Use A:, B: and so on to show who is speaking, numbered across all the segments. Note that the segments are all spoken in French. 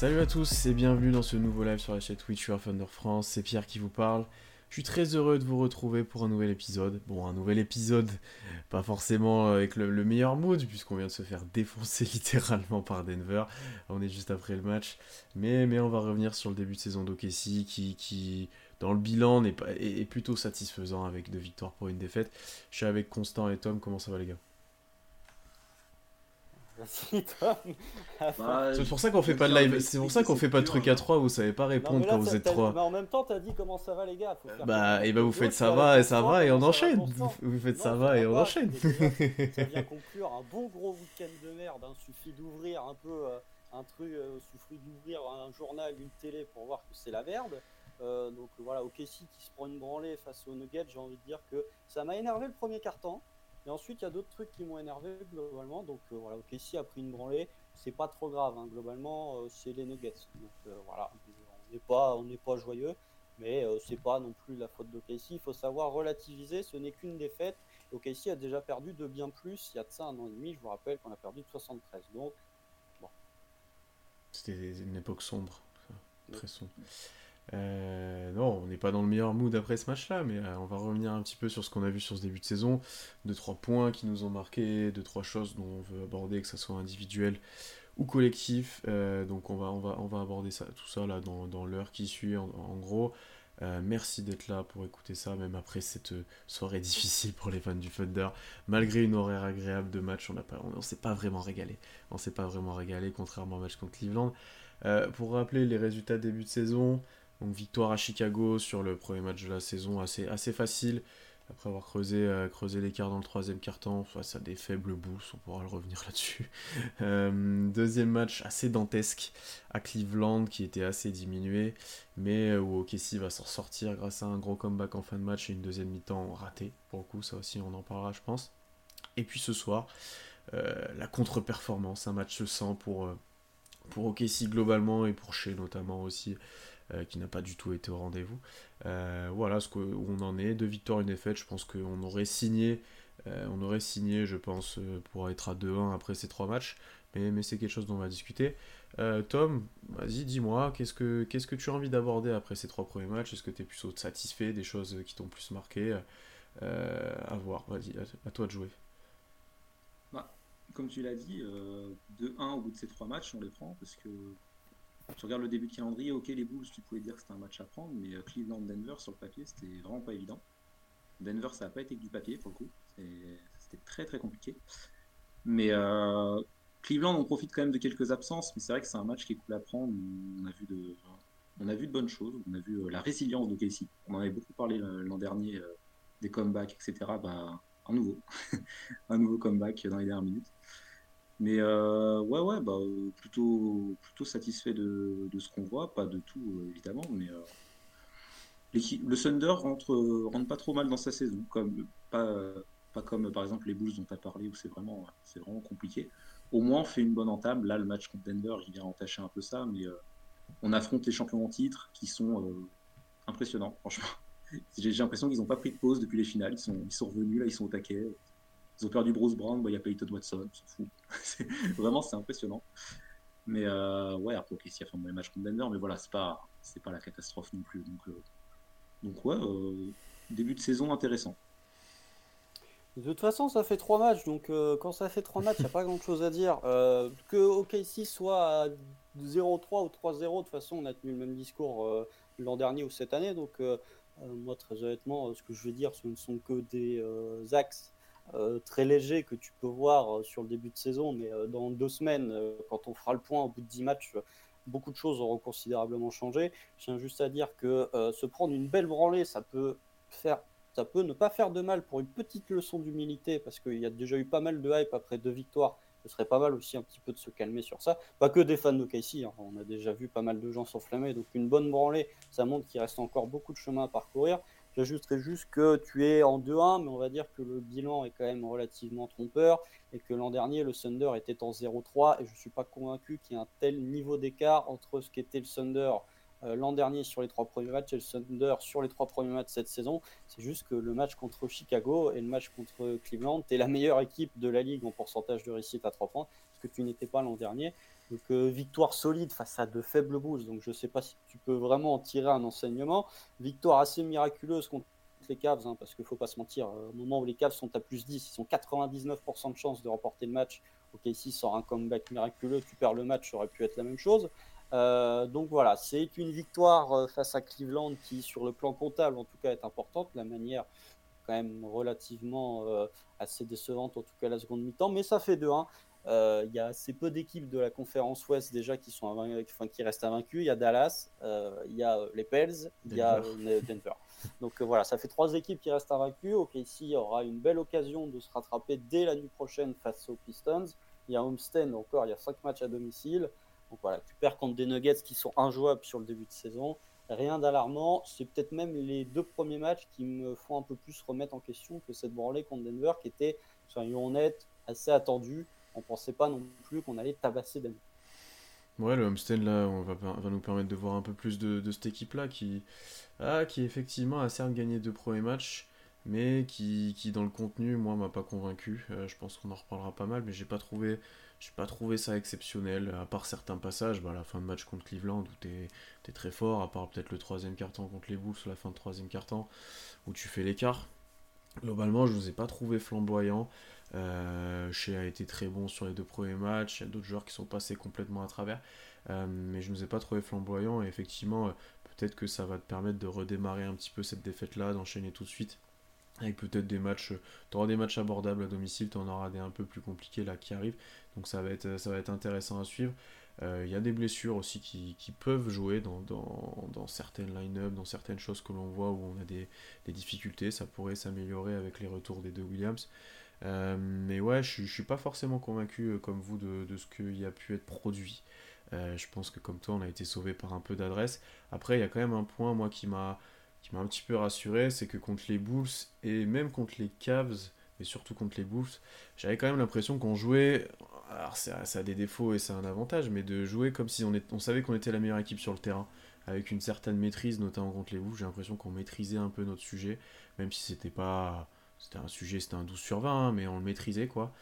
A: Salut à tous et bienvenue dans ce nouveau live sur la chaîne Twitch UR Thunder France, c'est Pierre qui vous parle. Je suis très heureux de vous retrouver pour un nouvel épisode. Bon, un nouvel épisode, pas forcément avec le meilleur mood, puisqu'on vient de se faire défoncer littéralement par Denver. On est juste après le match. Mais on va revenir sur le début de saison d'OKC qui dans le bilan, est plutôt satisfaisant avec 2 victoires pour une défaite. Je suis avec Constant et Tom, comment ça va les gars?
B: Vas-y, Tom.
C: Bah,
A: C'est
C: je
A: pour ça qu'on
C: je
A: fait
C: veux
A: pas de
C: dire, le
A: live,
C: mec
A: c'est pour
C: explique
A: ça
C: que
A: qu'on
C: c'est
A: fait pas de
C: dur,
A: truc à
C: genre.
A: 3, vous savez pas
B: Non, mais
A: répondre quand
B: là,
A: vous êtes
B: mais
A: 3.
B: en même temps, t'as dit comment ça va, les gars. Faut faire
A: Bah,
B: comment.
A: et bah
B: Donc,
A: vous
B: tu vois,
A: faites
B: je suis
A: ça
B: la
A: va, et
B: réponse
A: ça
B: 3,
A: va, et on
B: comment ça va,
A: enchaîne.
B: constant.
A: Vous faites
B: Non,
A: ça
B: ça
A: va,
B: va
A: et on
B: pas,
A: enchaîne.
B: parce que déjà, ça vient conclure un bon gros week-end de merde. Hein. Suffit d'ouvrir un peu un truc, suffit d'ouvrir un journal, une télé pour voir que c'est la merde. Donc voilà, OKC qui se prend une branlée face aux Nuggets, j'ai envie de dire que ça m'a énervé le premier quart-temps. Et ensuite, il y a d'autres trucs qui m'ont énervé globalement. Donc voilà, OKC a pris une branlée. C'est pas trop grave, hein. Globalement, c'est les Nuggets. Donc voilà, on n'est pas joyeux, mais c'est pas non plus la faute d'OKC. Il faut savoir relativiser, ce n'est qu'une défaite. OKC a déjà perdu de bien plus. Il y a de ça un an et demi, je vous rappelle qu'on a perdu de 73. Donc, bon.
A: C'était une époque sombre, très sombre. Non, on n'est pas dans le meilleur mood après ce match-là, mais on va revenir un petit peu sur ce qu'on a vu sur ce début de saison. 2-3 points qui nous ont marqué, 2-3 choses dont on veut aborder, que ce soit individuel ou collectif. Donc on va aborder ça, tout ça là dans l'heure qui suit en gros. Merci d'être là pour écouter ça, même après cette soirée difficile pour les fans du Thunder. Malgré une horaire agréable de match, on s'est pas vraiment régalé. On s'est pas vraiment régalé, contrairement au match contre Cleveland. Pour rappeler les résultats de début de saison, donc victoire à Chicago sur le premier match de la saison, assez facile. Après avoir creusé l'écart dans le troisième quart-temps face à des faibles Bulls, on pourra le revenir là-dessus. Deuxième match assez dantesque à Cleveland qui était assez diminué, mais où OKC va s'en sortir grâce à un gros comeback en fin de match et une deuxième mi-temps ratée. Pour le coup, ça aussi on en parlera je pense. Et puis ce soir, la contre-performance, un match sans pour OKC globalement et pour Shea notamment aussi, qui n'a pas du tout été au rendez-vous. Voilà où on en est. 2 victoires, une défaite. Je pense qu'on aurait signé, je pense, pour être à 2-1 après ces 3 matchs. Mais c'est quelque chose dont on va discuter. Tom, vas-y, dis-moi, qu'est-ce que tu as envie d'aborder après ces 3 premiers matchs? Est-ce que tu es plutôt satisfait des choses qui t'ont plus marqué? À voir, vas-y, à toi de jouer.
C: Bah, comme tu l'as dit, 2-1 au bout de ces 3 matchs, on les prend parce que tu regardes le début de calendrier, ok, les Bulls, tu pouvais dire que c'était un match à prendre, mais Cleveland-Denver sur le papier, c'était vraiment pas évident. Denver, ça n'a pas été que du papier pour le coup, c'était très très compliqué. Mais Cleveland, on profite quand même de quelques absences, mais c'est vrai que c'est un match qui est cool à prendre. On a vu de bonnes choses, on a vu la résilience de Casey. On en avait beaucoup parlé l'an dernier, des comebacks, etc. Bah, un nouveau, un nouveau comeback dans les dernières minutes. Mais ouais, ouais, bah, plutôt satisfait de ce qu'on voit, pas de tout évidemment, mais le Thunder rentre pas trop mal dans sa saison, pas comme par exemple les Bulls dont tu as parlé où c'est vraiment compliqué. Au moins on fait une bonne entame. Là, le match contre Denver, il vient entacher un peu ça, mais on affronte les champions en titre qui sont impressionnants, franchement. J'ai l'impression qu'ils n'ont pas pris de pause depuis les finales, ils sont revenus, là ils sont au taquet. Ils ont perdu Bruce Brown, bah, il y a Peyton Watson, on s'en fout. Vraiment, c'est impressionnant. Mais ouais, après, ok, s'il y a fait un mauvais match contre Denver, mais voilà, c'est pas la catastrophe non plus. Donc ouais, début de saison intéressant.
B: De toute façon, ça fait 3 matchs. Donc quand ça fait 3 matchs, il n'y a pas grand-chose à dire. Que OKC soit à 0-3 ou 3-0, de toute façon, on a tenu le même discours l'an dernier ou cette année. Donc moi, très honnêtement, ce que je veux dire, ce ne sont que des axes très légers que tu peux voir sur le début de saison. Mais dans 2 semaines, quand on fera le point au bout de 10 matchs, beaucoup de choses auront considérablement changé. Je tiens juste à dire que se prendre une belle branlée, faire ça peut ne pas faire de mal pour une petite leçon d'humilité, parce qu'il y a déjà eu pas mal de hype après 2 victoires. Ce serait pas mal aussi un petit peu de se calmer sur ça. Pas que des fans de Casey, hein. On a déjà vu pas mal de gens s'enflammer. Donc une bonne branlée, ça montre qu'il reste encore beaucoup de chemin à parcourir. J'ajouterais juste que tu es en 2-1, mais on va dire que le bilan est quand même relativement trompeur et que l'an dernier, le Thunder était en 0-3 et je ne suis pas convaincu qu'il y ait un tel niveau d'écart entre ce qu'était le Thunder l'an dernier sur les 3 premiers matchs et le Thunder sur les 3 premiers matchs cette saison. C'est juste que le match contre Chicago et le match contre Cleveland, tu es la meilleure équipe de la ligue en pourcentage de réussite à 3 points, ce que tu n'étais pas l'an dernier. Donc victoire solide face à de faibles Bulls, donc je ne sais pas si tu peux vraiment en tirer un enseignement. Victoire assez miraculeuse contre les Cavs, hein, parce qu'il ne faut pas se mentir, au moment où les Cavs sont à plus 10, ils ont 99% de chances de remporter le match. OKC sort un comeback miraculeux, tu perds le match, ça aurait pu être la même chose. Donc voilà, c'est une victoire face à Cleveland qui, sur le plan comptable en tout cas, est importante. La manière quand même relativement assez décevante, en tout cas la seconde mi-temps, mais ça fait 2-1. Il y a assez peu d'équipes de la conférence Ouest déjà qui restent invaincues. Il y a Dallas, il y a les Pels, il y a Denver. Donc voilà, ça fait 3 équipes qui restent invaincues. OKC aura une belle occasion de se rattraper dès la nuit prochaine face aux Pistons. Il y a Homestead encore, il y a 5 matchs à domicile. Donc voilà, tu perds contre des Nuggets qui sont injouables sur le début de saison. Rien d'alarmant, c'est peut-être même les 2 premiers matchs qui me font un peu plus remettre en question que cette branlée contre Denver qui était, soyons honnêtes, assez attendue. On ne pensait pas non plus qu'on allait tabasser Denver.
A: Ouais, le Homestead là, va nous permettre de voir un peu plus de cette équipe-là qui effectivement a certes gagné 2 premiers matchs, mais qui dans le contenu, moi, m'a pas convaincu. Je pense qu'on en reparlera pas mal, mais j'ai pas trouvé ça exceptionnel, à part certains passages, la fin de match contre Cleveland où t'es très fort, à part peut-être le troisième quart-temps contre les Bulls, la fin de troisième quart-temps, où tu fais l'écart. Globalement, je ne vous ai pas trouvé flamboyant. Shea a été très bon sur les 2 premiers matchs. Il y a d'autres joueurs qui sont passés complètement à travers. Mais je ne vous ai pas trouvé flamboyant. Et effectivement, peut-être que ça va te permettre de redémarrer un petit peu cette défaite-là, d'enchaîner tout de suite. Avec peut-être des matchs. Tu auras des matchs abordables à domicile, tu en auras des un peu plus compliqués là qui arrivent. Donc ça va être intéressant à suivre. Il y a des blessures aussi qui peuvent jouer dans certaines line-up, dans certaines choses que l'on voit où on a des difficultés. Ça pourrait s'améliorer avec les retours des 2 Williams. Mais ouais, je suis pas forcément convaincu comme vous de ce qui a pu être produit. Je pense que comme toi, on a été sauvé par un peu d'adresse. Après, il y a quand même un point, moi, qui m'a un petit peu rassuré, c'est que contre les Bulls et même contre les Cavs, mais surtout contre les Bulls, j'avais quand même l'impression qu'on jouait. Alors, ça a des défauts et c'est un avantage, mais de jouer comme si on savait qu'on était la meilleure équipe sur le terrain, avec une certaine maîtrise, notamment contre les Bulls. J'ai l'impression qu'on maîtrisait un peu notre sujet, même si c'était pas. C'était un sujet, c'était un 12 sur 20, hein, mais on le maîtrisait quoi.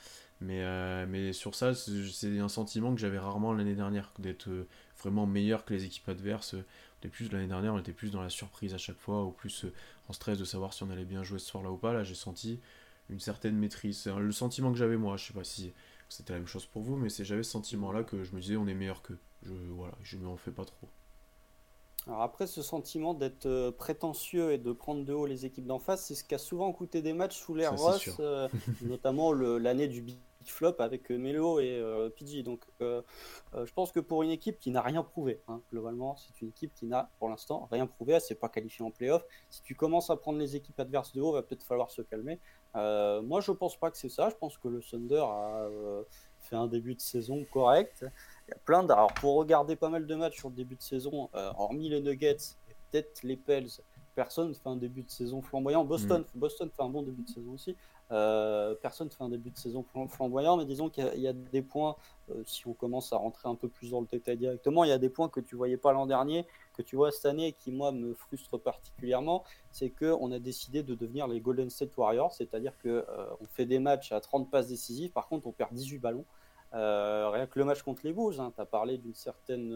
A: Mais sur ça, c'est un sentiment que j'avais rarement l'année dernière, d'être vraiment meilleur que les équipes adverses. L'année dernière, on était plus dans la surprise à chaque fois, ou plus en stress de savoir si on allait bien jouer ce soir-là ou pas. Là, j'ai senti une certaine maîtrise. C'est le sentiment que j'avais moi. Je sais pas si c'était la même chose pour vous, mais j'avais ce sentiment-là que je me disais on est meilleur qu'eux. Voilà, je m'en fais pas trop.
B: Alors après, ce sentiment d'être prétentieux et de prendre de haut les équipes d'en face, c'est ce qui a souvent coûté des matchs sous l'ère
A: Ça, c'est sûr.
B: Ross, notamment l'année du Big Flop avec Melo et PG. Donc je pense que pour une équipe qui n'a rien prouvé, hein, globalement, c'est une équipe qui n'a pour l'instant rien prouvé, elle ne s'est pas qualifiée en playoff. Si tu commences à prendre les équipes adverses de haut, il va peut-être falloir se calmer. Moi, je ne pense pas que c'est ça. Je pense que le Thunder a fait un début de saison correct. Il y a plein Alors, pour regarder pas mal de matchs sur le début de saison, hormis les Nuggets et peut-être les Pels, personne ne fait un début de saison flamboyant.
A: Mm.
B: Boston fait un bon début de saison aussi. Personne ne fait un début de saison flamboyant, mais disons qu'il y a des points, si on commence à rentrer un peu plus dans le détail directement, il y a des points que tu voyais pas l'an dernier, que tu vois cette année et qui, moi, me frustrent particulièrement. C'est qu'on a décidé de devenir les Golden State Warriors, c'est-à-dire qu'on fait des matchs à 30 passes décisives, par contre, on perd 18 ballons. Rien que le match contre les Bulls, hein, tu as parlé d'une certaine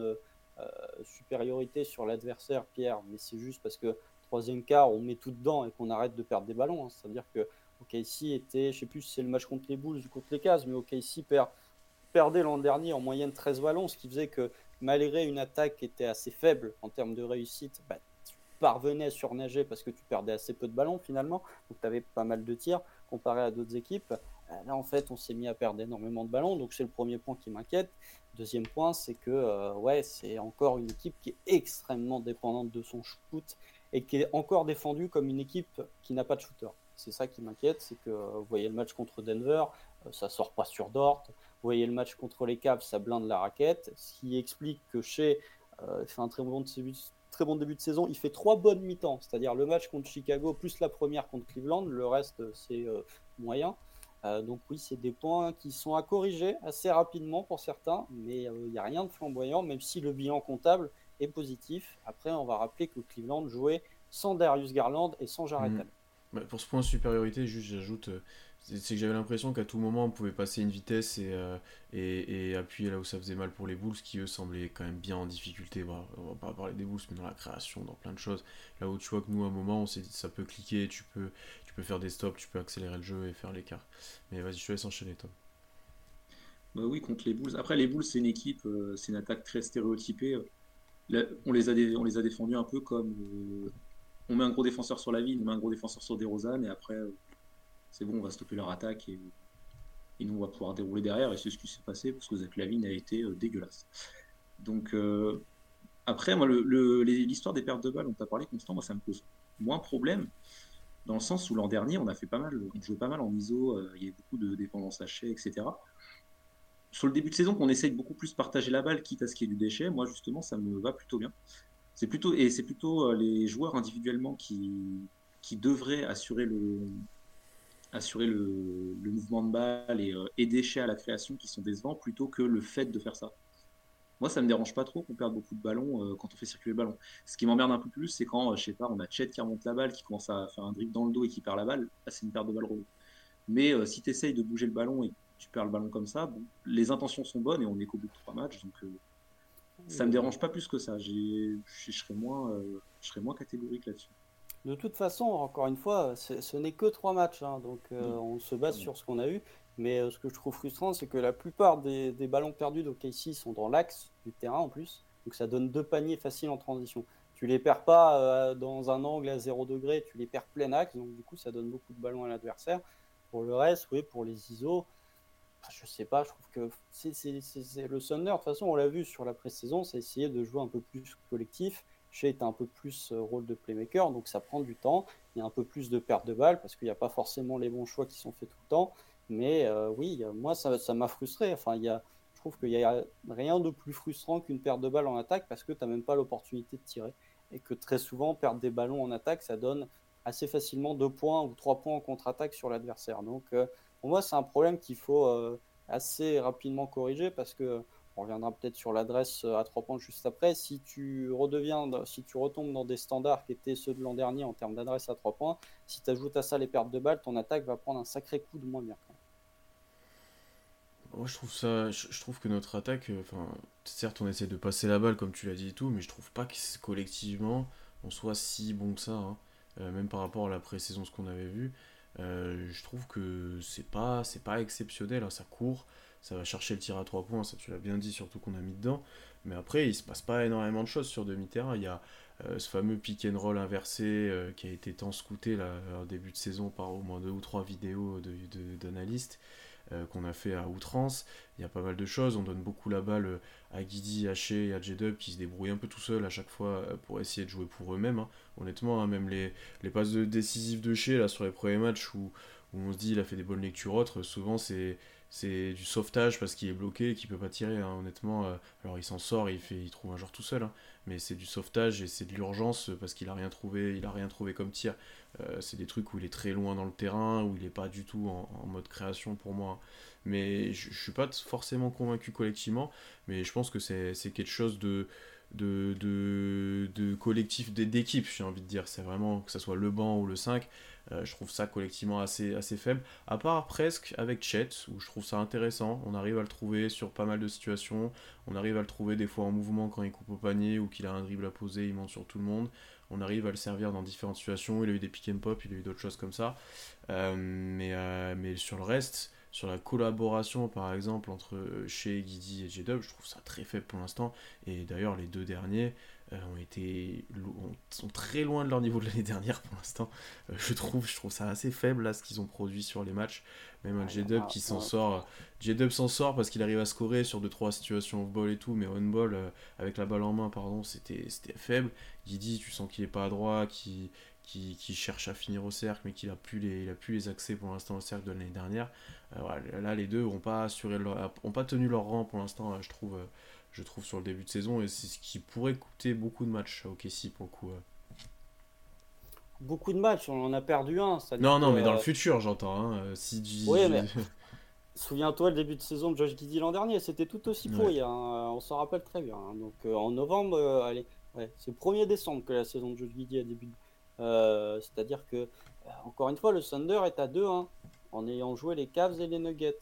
B: supériorité sur l'adversaire, Pierre, mais c'est juste parce que troisième quart, on met tout dedans et qu'on arrête de perdre des ballons. Hein. C'est-à-dire que OKC était, je sais plus si c'est le match contre les Bulls ou contre les Cavs, mais OKC perdait l'an dernier en moyenne 13 ballons, ce qui faisait que malgré une attaque qui était assez faible en termes de réussite, tu parvenais à surnager parce que tu perdais assez peu de ballons finalement, donc tu avais pas mal de tirs comparé à d'autres équipes. Là, en fait, on s'est mis à perdre énormément de ballons, donc c'est le premier point qui m'inquiète. Deuxième point, c'est que c'est encore une équipe qui est extrêmement dépendante de son shoot et qui est encore défendue comme une équipe qui n'a pas de shooter. C'est ça qui m'inquiète, c'est que vous voyez le match contre Denver, ça sort pas sur Dort. Vous voyez le match contre les Cavs, ça blinde la raquette, ce qui explique que Shea fait un très bon début de saison. Il fait 3 bonnes mi-temps, c'est-à-dire le match contre Chicago plus la première contre Cleveland. Le reste, c'est moyen. Donc oui, c'est des points qui sont à corriger assez rapidement pour certains, mais il n'y a rien de flamboyant, même si le bilan comptable est positif. Après, on va rappeler que Cleveland jouait sans Darius Garland et sans Jarrett
A: Mm.
B: Allen.
A: Pour ce point de supériorité, juste j'ajoute, c'est que j'avais l'impression qu'à tout moment on pouvait passer une vitesse et appuyer là où ça faisait mal pour les Bulls, qui eux semblaient quand même bien en difficulté. Bon, on va pas parler des Bulls, mais dans la création, dans plein de choses. Là où tu vois que nous, à un moment, on s'est dit ça peut cliquer, tu peux faire des stops, tu peux accélérer le jeu et faire l'écart. Mais vas-y, je te laisse enchaîner, Tom.
C: Bah oui, contre les Bulls. Après, les Bulls, c'est une équipe, c'est une attaque très stéréotypée. On les a défendus un peu comme on met un gros défenseur sur la ville, on met un gros défenseur sur DeRozan, et après, c'est bon, on va stopper leur attaque et nous, on va pouvoir dérouler derrière. Et c'est ce qui s'est passé parce que Zach LaVine a été dégueulasse. Donc, après, moi, l'histoire des pertes de balles dont tu as parlé, Constant, moi, ça me pose moins problème. Dans le sens où l'an dernier, on jouait pas mal en ISO, il y avait beaucoup de dépendance hachée, etc. Sur le début de saison, qu'on essaye beaucoup plus partager la balle, quitte à ce qu'il y ait du déchet, moi justement, ça me va plutôt bien. C'est plutôt les joueurs individuellement qui devraient assurer le mouvement de balle et aider chez à la création qui sont décevants plutôt que le fait de faire ça. Moi, ça me dérange pas trop qu'on perde beaucoup de ballons quand on fait circuler le ballon. Ce qui m'emmerde un peu plus, c'est quand, je sais pas, on a Chet qui remonte la balle, qui commence à faire un dribble dans le dos et qui perd la balle. Là, c'est une perte de balle relou. Mais si tu essayes de bouger le ballon et que tu perds le ballon comme ça, bon, les intentions sont bonnes et on est qu'au bout de 3 matchs, donc ça me dérange pas plus que ça. Je serais moins catégorique là-dessus.
B: De toute façon, encore une fois, ce n'est que 3 matchs, hein, donc
C: Oui,
B: on se base
C: oui.
B: sur ce qu'on a eu. Mais ce que je trouve frustrant, c'est que la plupart des ballons perdus d'OKC sont dans l'axe du terrain en plus. Donc ça donne 2 paniers faciles en transition. Tu les perds pas dans un angle à 0 degré, tu les perds plein axe. Donc du coup, ça donne beaucoup de ballons à l'adversaire. Pour le reste, oui, pour les ISO, je sais pas, je trouve que c'est le Thunder. De toute façon, on l'a vu sur la pré-saison, c'est essayer de jouer un peu plus collectif. Shea est un peu plus rôle de playmaker, donc ça prend du temps. Il y a un peu plus de perte de balles parce qu'il n'y a pas forcément les bons choix qui sont faits tout le temps. Mais oui, moi, ça m'a frustré. Enfin, je trouve qu'il n'y a rien de plus frustrant qu'une perte de balles en attaque parce que tu n'as même pas l'opportunité de tirer. Et que très souvent, perdre des ballons en attaque, ça donne assez facilement 2 points ou 3 points en contre-attaque sur l'adversaire. Donc, pour moi, c'est un problème qu'il faut assez rapidement corriger parce que on reviendra peut-être sur l'adresse à 3 points juste après. Si tu retombes dans des standards qui étaient ceux de l'an dernier en termes d'adresse à 3 points, si tu ajoutes à ça les pertes de balles, ton attaque va prendre un sacré coup de moins bien.
A: Moi, je trouve que notre attaque, enfin, certes, on essaie de passer la balle comme tu l'as dit et tout, mais je trouve pas que collectivement on soit si bon que ça, hein. Même par rapport à la pré-saison, ce qu'on avait vu. Je trouve que c'est pas exceptionnel, hein. Ça court, ça va chercher le tir à 3 points, ça tu l'as bien dit, surtout qu'on a mis dedans. Mais après, il se passe pas énormément de choses sur demi-terrain. Il y a ce fameux pick and roll inversé qui a été tant scouté là, en début de saison par au moins 2 ou 3 vidéos d'analystes qu'on a fait à outrance. Il y a pas mal de choses. On donne beaucoup la balle à Guidi, à Shea et à J-Dub qui se débrouillent un peu tout seuls à chaque fois pour essayer de jouer pour eux-mêmes, hein. Honnêtement, hein, même les passes décisives de Shea là, sur les premiers matchs où on se dit il a fait des bonnes lectures autres, souvent c'est du sauvetage parce qu'il est bloqué et qu'il peut pas tirer, hein, honnêtement. Alors il s'en sort, il trouve un joueur tout seul, hein, mais c'est du sauvetage et c'est de l'urgence parce qu'il a rien trouvé comme tir. C'est des trucs où il est très loin dans le terrain, où il est pas du tout en mode création pour moi. Mais je suis pas forcément convaincu collectivement, mais je pense que c'est quelque chose de collectif, d'équipe, j'ai envie de dire. C'est vraiment que ce soit le banc ou le 5, je trouve ça collectivement assez faible. À part presque avec Chet, où je trouve ça intéressant. On arrive à le trouver sur pas mal de situations. On arrive à le trouver des fois en mouvement quand il coupe au panier ou qu'il a un dribble à poser, il monte sur tout le monde. On arrive à le servir dans différentes situations. Il a eu des pick and pop, il a eu d'autres choses comme ça. Mais sur le reste, sur la collaboration par exemple entre Shea, Guidi et J-Dub, je trouve ça très faible pour l'instant. Et d'ailleurs, les deux derniers sont très loin de leur niveau de l'année dernière pour l'instant. Je trouve ça assez faible là ce qu'ils ont produit sur les matchs. Même un
B: Ah,
A: J-Dub qui s'en sort. J-Dub s'en sort parce qu'il arrive à scorer sur 2-3 situations off-ball et tout, mais on-ball avec la balle en main, pardon, c'était faible. Guidi, tu sens qu'il est pas adroit, qui cherche à finir au cercle, mais il a plus les accès pour l'instant au cercle de l'année dernière. Voilà, là, les deux ont pas tenu leur rang pour l'instant, je trouve sur le début de saison, et c'est ce qui pourrait coûter beaucoup de matchs à OKC pour le coup.
B: Beaucoup de matchs, on en a perdu un, c'est-à-dire
A: Non,
B: que
A: non, mais dans le futur, j'entends, hein. Si
B: oui, mais souviens-toi le début de saison de Josh Giddey l'an dernier, c'était tout aussi
A: ouais.
B: pourri, hein, on s'en rappelle très bien, hein. Donc en novembre, allez, ouais, c'est le 1er décembre que la saison de Josh Giddey a débuté. C'est-à-dire que, encore une fois, le Thunder est à 2-1. en ayant joué les Cavs et les Nuggets.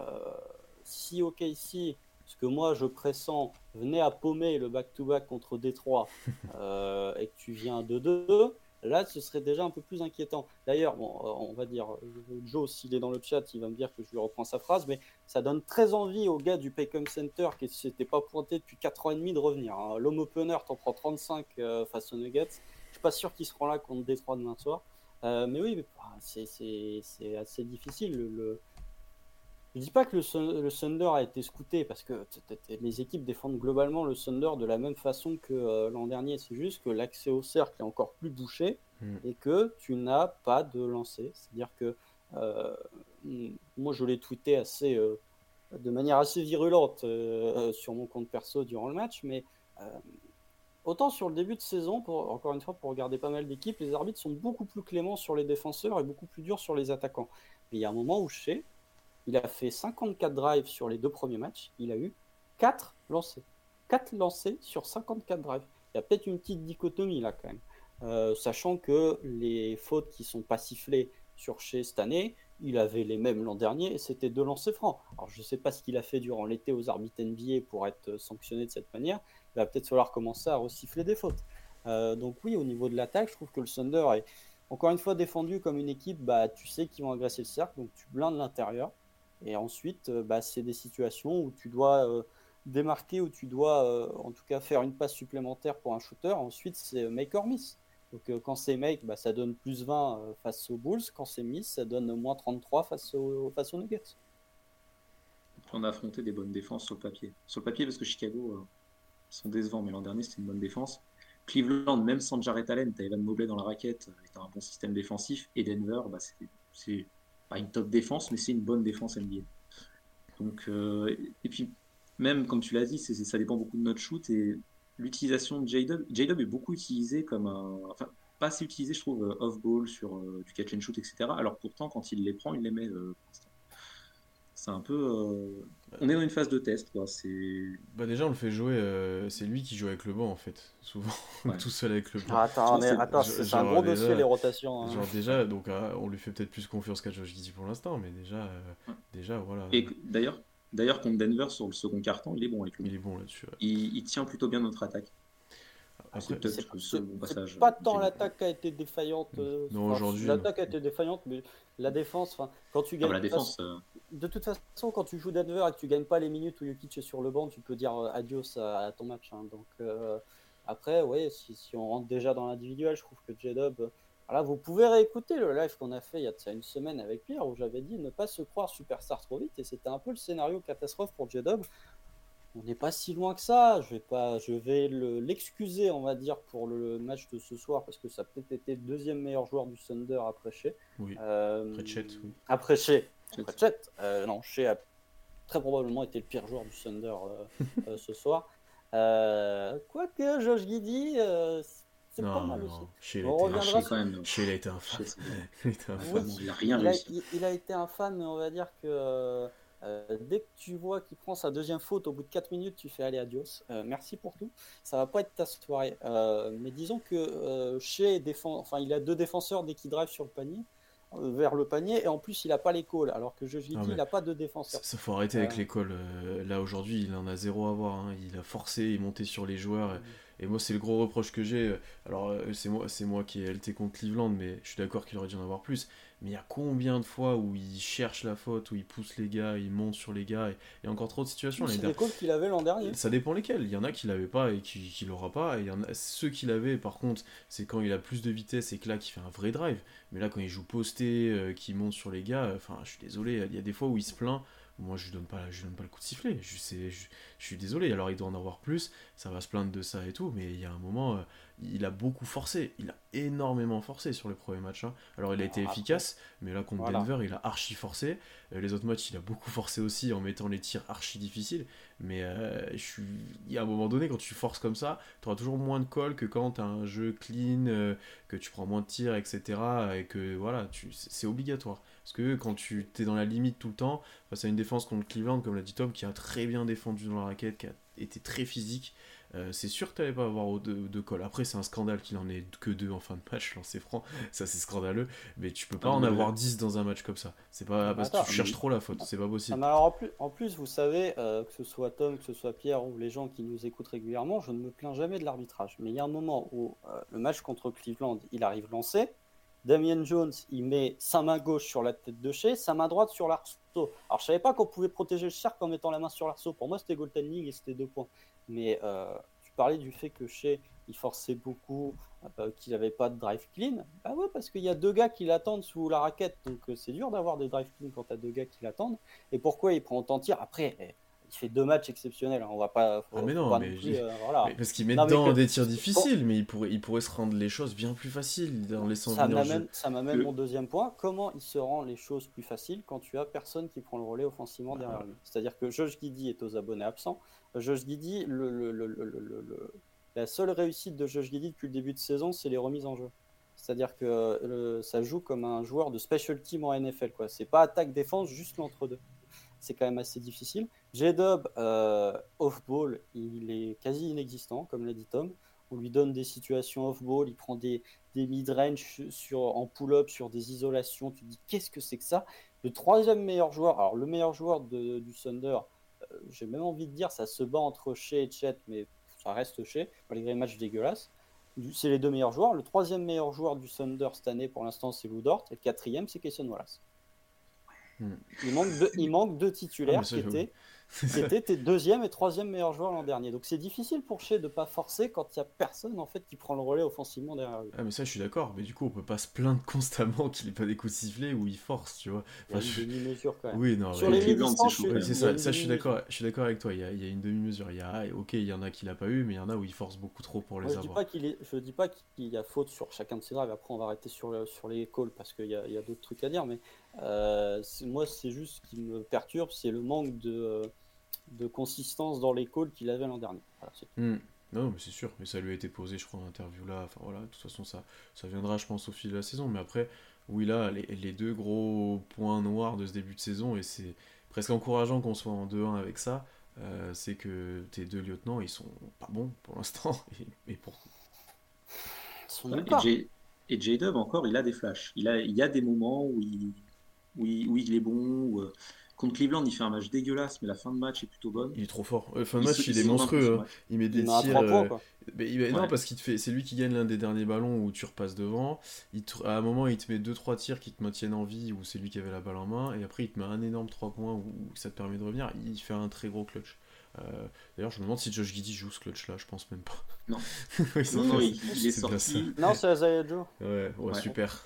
B: Si OKC, ce que moi je pressens, venait à paumer le back-to-back contre Détroit et que tu viens de 2-2, là ce serait déjà un peu plus inquiétant. D'ailleurs, bon, on va dire, Joe, s'il est dans le chat, il va me dire que je lui reprends sa phrase, mais ça donne très envie aux gars du Paycom Center qui ne s'étaient pas pointés depuis 4 ans et demi de revenir. Hein. L'homme opener, t'en prends 35 face aux Nuggets. Je suis pas sûr qu'il seront là contre Détroit demain soir. Mais oui, c'est assez difficile. Je dis pas que le Thunder a été scouté parce que les équipes défendent globalement le Thunder de la même façon que l'an dernier. C'est juste que l'accès au cercle est encore plus bouché et que tu n'as pas de lancer. C'est-à-dire que moi je l'ai tweeté de manière assez virulente sur mon compte perso durant le match, mais autant sur le début de saison, encore une fois pour regarder pas mal d'équipes, les arbitres sont beaucoup plus cléments sur les défenseurs et beaucoup plus durs sur les attaquants. Mais il y a un moment où il a fait 54 drives sur les 2 premiers matchs. Il a eu 4 lancés. 4 lancés sur 54 drives. Il y a peut-être une petite dichotomie là quand même. Sachant que les fautes qui sont pas sifflées sur Shea cette année, il avait les mêmes l'an dernier et c'était 2 lancers francs. Alors je ne sais pas ce qu'il a fait durant l'été aux arbitres NBA pour être sanctionné de cette manière. Il va peut-être falloir commencer à resiffler des fautes. Donc oui, au niveau de l'attaque, je trouve que le Thunder est encore une fois défendu comme une équipe, tu sais qu'ils vont agresser le cercle, donc tu blindes l'intérieur. Et ensuite, c'est des situations où tu dois démarquer, où tu dois en tout cas faire une passe supplémentaire pour un shooter. Ensuite, c'est make or miss. Donc quand c'est make, ça donne plus 20 face aux Bulls. Quand c'est miss, ça donne moins 33 face aux Nuggets.
C: On a affronté des bonnes défenses sur le papier. Sur le papier, parce que Chicago sont décevants, mais l'an dernier, c'était une bonne défense. Cleveland, même sans Jarrett Allen, tu as Evan Mobley dans la raquette, tu as un bon système défensif. Et Denver, c'est pas une top défense, mais c'est une bonne défense NBA. Donc, et puis, même comme tu l'as dit, ça dépend beaucoup de notre shoot et l'utilisation de J-Dub. J-Dub est beaucoup utilisé comme un. Enfin, pas assez utilisé, je trouve, off-ball sur du catch and shoot, etc. Alors pourtant, quand il les prend, il les met. C'est un peu. On est dans une phase de test, quoi.
A: Déjà, on le fait jouer. C'est lui qui joue avec le banc, en fait. Souvent,
C: Ouais.
A: tout seul avec le banc.
B: Attends, c'est un gros dossier, les rotations. Hein.
A: Genre, déjà, donc, on lui fait peut-être plus confiance qu'à Josh Giddey pour l'instant, mais déjà, voilà.
C: Et d'ailleurs, contre Denver, sur le second carton, il est bon avec le
A: Il
C: banc.
A: est bon là-dessus. Ouais.
C: Il tient plutôt bien notre attaque.
A: Après,
C: C'est peut-être le seul bon passage.
B: C'est pas tant l'attaque qui a été défaillante.
A: Non, aujourd'hui.
B: L'attaque a été défaillante, mais la défense, quand tu gagnes.
C: La défense.
B: De toute façon, quand tu joues Denver et que tu gagnes pas les minutes où Jokic est sur le banc, tu peux dire adios à ton match. Hein. Donc après, ouais, si on rentre déjà dans l'individuel, je trouve que J-Dub. Voilà, vous pouvez réécouter le live qu'on a fait il y a de ça une semaine avec Pierre où j'avais dit ne pas se croire superstar trop vite et c'était un peu le scénario catastrophe pour J-Dub. On n'est pas si loin que ça. Je vais l'excuser, on va dire, pour le match de ce soir parce que ça a peut-être été le deuxième meilleur joueur du Thunder après Shea.
A: Oui. Après Chet, oui.
B: Après Shea. Non, Shea a très probablement été le pire joueur du Thunder ce soir. Quoique Josh Giddey, c'est pas mal aussi.
A: Shea,
B: On reviendra
C: quand même.
A: Shea, il a été un fan.
C: Il a rien réussi.
B: Il a été un fan, mais on va dire que dès que tu vois qu'il prend sa deuxième faute au bout de 4 minutes, tu fais aller adios. Merci pour tout. Ça va pas être ta soirée. Mais disons que Shea il a 2 défenseurs dès qu'il drive sur le panier, vers le panier, et en plus il a pas les calls, alors que Josh Giddey, il a pas de défenseur.
A: Ça faut arrêter avec les calls. Là aujourd'hui, il en a zéro à voir. Hein. Il a forcé, il montait sur les joueurs. Et moi, c'est le gros reproche que j'ai. Alors, c'est moi qui ai LT contre Cleveland, mais je suis d'accord qu'il aurait dû en avoir plus. Mais il y a combien de fois où il cherche la faute, où il pousse les gars, il monte sur les gars, et il y a encore trop de situations.
B: C'est des calls qu'il avait l'an dernier.
A: Ça dépend lesquels. Il y en a qui l'avaient pas et qui l'aura pas. Et il y en a ceux qui l'avaient, par contre, c'est quand il a plus de vitesse et que là, qui fait un vrai drive. Mais là, quand il joue posté, qui monte sur les gars, je suis désolé. Il y a des fois où il se plaint. Moi, je lui donne pas le coup de sifflet. Je suis désolé. Alors, il doit en avoir plus. Ça va se plaindre de ça et tout. Mais il y a un moment, il a beaucoup forcé. Il a énormément forcé sur les premiers matchs. Hein. Alors, il a été efficace. Mais là, contre Denver, il a archi forcé. Les autres matchs, il a beaucoup forcé aussi en mettant les tirs archi difficiles. Mais il y a un moment donné, quand tu forces comme ça, tu auras toujours moins de calls que quand tu as un jeu clean, que tu prends moins de tirs, etc. Et que voilà, c'est obligatoire. Parce que quand tu t'es dans la limite tout le temps, face à une défense contre Cleveland, comme l'a dit Tom, qui a très bien défendu dans la raquette, qui a été très physique, c'est sûr que tu n'allais pas avoir de call. Après, c'est un scandale qu'il en ait que 2 en fin de match, lancé franc, ça c'est scandaleux, mais tu peux pas en avoir 10 dans un match comme ça. C'est pas parce que
B: Attends,
A: tu cherches trop la faute, c'est pas possible.
B: mais alors en plus, vous savez, que ce soit Tom, que ce soit Pierre ou les gens qui nous écoutent régulièrement, je ne me plains jamais de l'arbitrage. Mais il y a un moment où le match contre Cleveland, il arrive lancé. Damien Jones, il met sa main gauche sur la tête de Shea, sa main droite sur l'arceau. Alors je savais pas qu'on pouvait protéger le Shark en mettant la main sur l'arceau. Pour moi, c'était goaltending et c'était 2 points. Mais tu parlais du fait que Shea, il forçait beaucoup, qu'il n'avait pas de drive clean. Bah ouais, parce qu'il y a 2 gars qui l'attendent sous la raquette. Donc c'est dur d'avoir des drive clean quand tu as 2 gars qui l'attendent. Et pourquoi il prend autant de tirs? Après, il fait 2 matchs exceptionnels. Hein. On va pas,
A: Ah mais
B: faut
A: non,
B: pas
A: mais,
B: non plus, voilà.
A: mais parce qu'il met
B: Non, mais
A: dedans
B: que,
A: des tirs
B: bon,
A: difficiles, mais il pourrait se rendre les choses bien plus faciles en laissant venir le jeu.
B: ça m'amène mon deuxième point. Comment il se rend les choses plus faciles quand tu as personne qui prend le relais offensivement derrière lui? C'est-à-dire que Josh Giddey est aux abonnés absents. Josh Giddey, la seule réussite de Josh Giddey depuis le début de saison, c'est les remises en jeu. C'est-à-dire que ça joue comme un joueur de special team en NFL, quoi. C'est pas attaque-défense, juste l'entre-deux. C'est quand même assez difficile. J-Dub, off-ball, il est quasi inexistant, comme l'a dit Tom. On lui donne des situations off-ball, il prend des mid-range en pull-up sur des isolations. Tu te dis, qu'est-ce que c'est que ça? Le troisième meilleur joueur, alors le meilleur joueur du Thunder, j'ai même envie de dire, ça se bat entre Shea et Chet, mais ça reste Shea, malgré les matchs dégueulasses. C'est les 2 meilleurs joueurs. Le troisième meilleur joueur du Thunder cette année, pour l'instant, c'est Lou Dort. Et le quatrième, c'est Cason Wallace. Il manque 2 titulaires qui étaient tes deuxième et troisième meilleurs joueurs l'an dernier. Donc c'est difficile pour Shea de ne pas forcer quand il n'y a personne en fait qui prend le relais offensivement derrière lui.
A: Ah mais ça je suis d'accord, mais du coup on peut pas se plaindre constamment qu'il ait pas des coups de sifflet ou il force, tu vois.
B: Il y a une demi-mesure quand même.
A: Oui, non,
B: Sur
A: mais...
B: les mi-distances,
A: c'est ça, je suis d'accord avec toi, il y a une demi-mesure. Ok, il y en a qui l'a pas eu, mais il y en a où il force beaucoup trop pour les avoir.
B: Je dis pas qu'il y a faute sur chacun de ces drives, après on va arrêter sur les calls parce qu'il y a d'autres trucs à dire, mais moi c'est juste ce qui me perturbe, c'est le manque de consistance dans les calls qu'il avait l'an dernier. Voilà,
A: Non, mais c'est sûr, mais ça lui a été posé, je crois, en interview là. Enfin voilà, de toute façon, ça viendra, je pense, au fil de la saison. Mais après, oui, là, les 2 gros points noirs de ce début de saison, et c'est presque encourageant qu'on soit en 2-1 avec ça, c'est que tes 2 lieutenants, ils sont pas bons pour l'instant. Et pour...
C: Et J-Dub, encore, il a des flashs. Il y a des moments où il est bon. Contre Cleveland, il fait un match dégueulasse, mais la fin de match est plutôt bonne.
A: Il est trop fort. Fin de match, il est monstrueux. Hein. Il met des tirs.
B: 3 points, quoi.
A: Non, parce c'est lui qui gagne l'un des derniers ballons où tu repasses devant. À un moment, il te met 2-3 tirs qui te maintiennent en vie, où c'est lui qui avait la balle en main. Et après, il te met un énorme 3 points où ça te permet de revenir. Il fait un très gros clutch. D'ailleurs, je me demande si Josh Giddey joue ce clutch là, je pense même pas.
C: Non.
A: Oui,
C: non, il est sorti.
B: Non, c'est Isaiah Joe.
A: Ouais, super.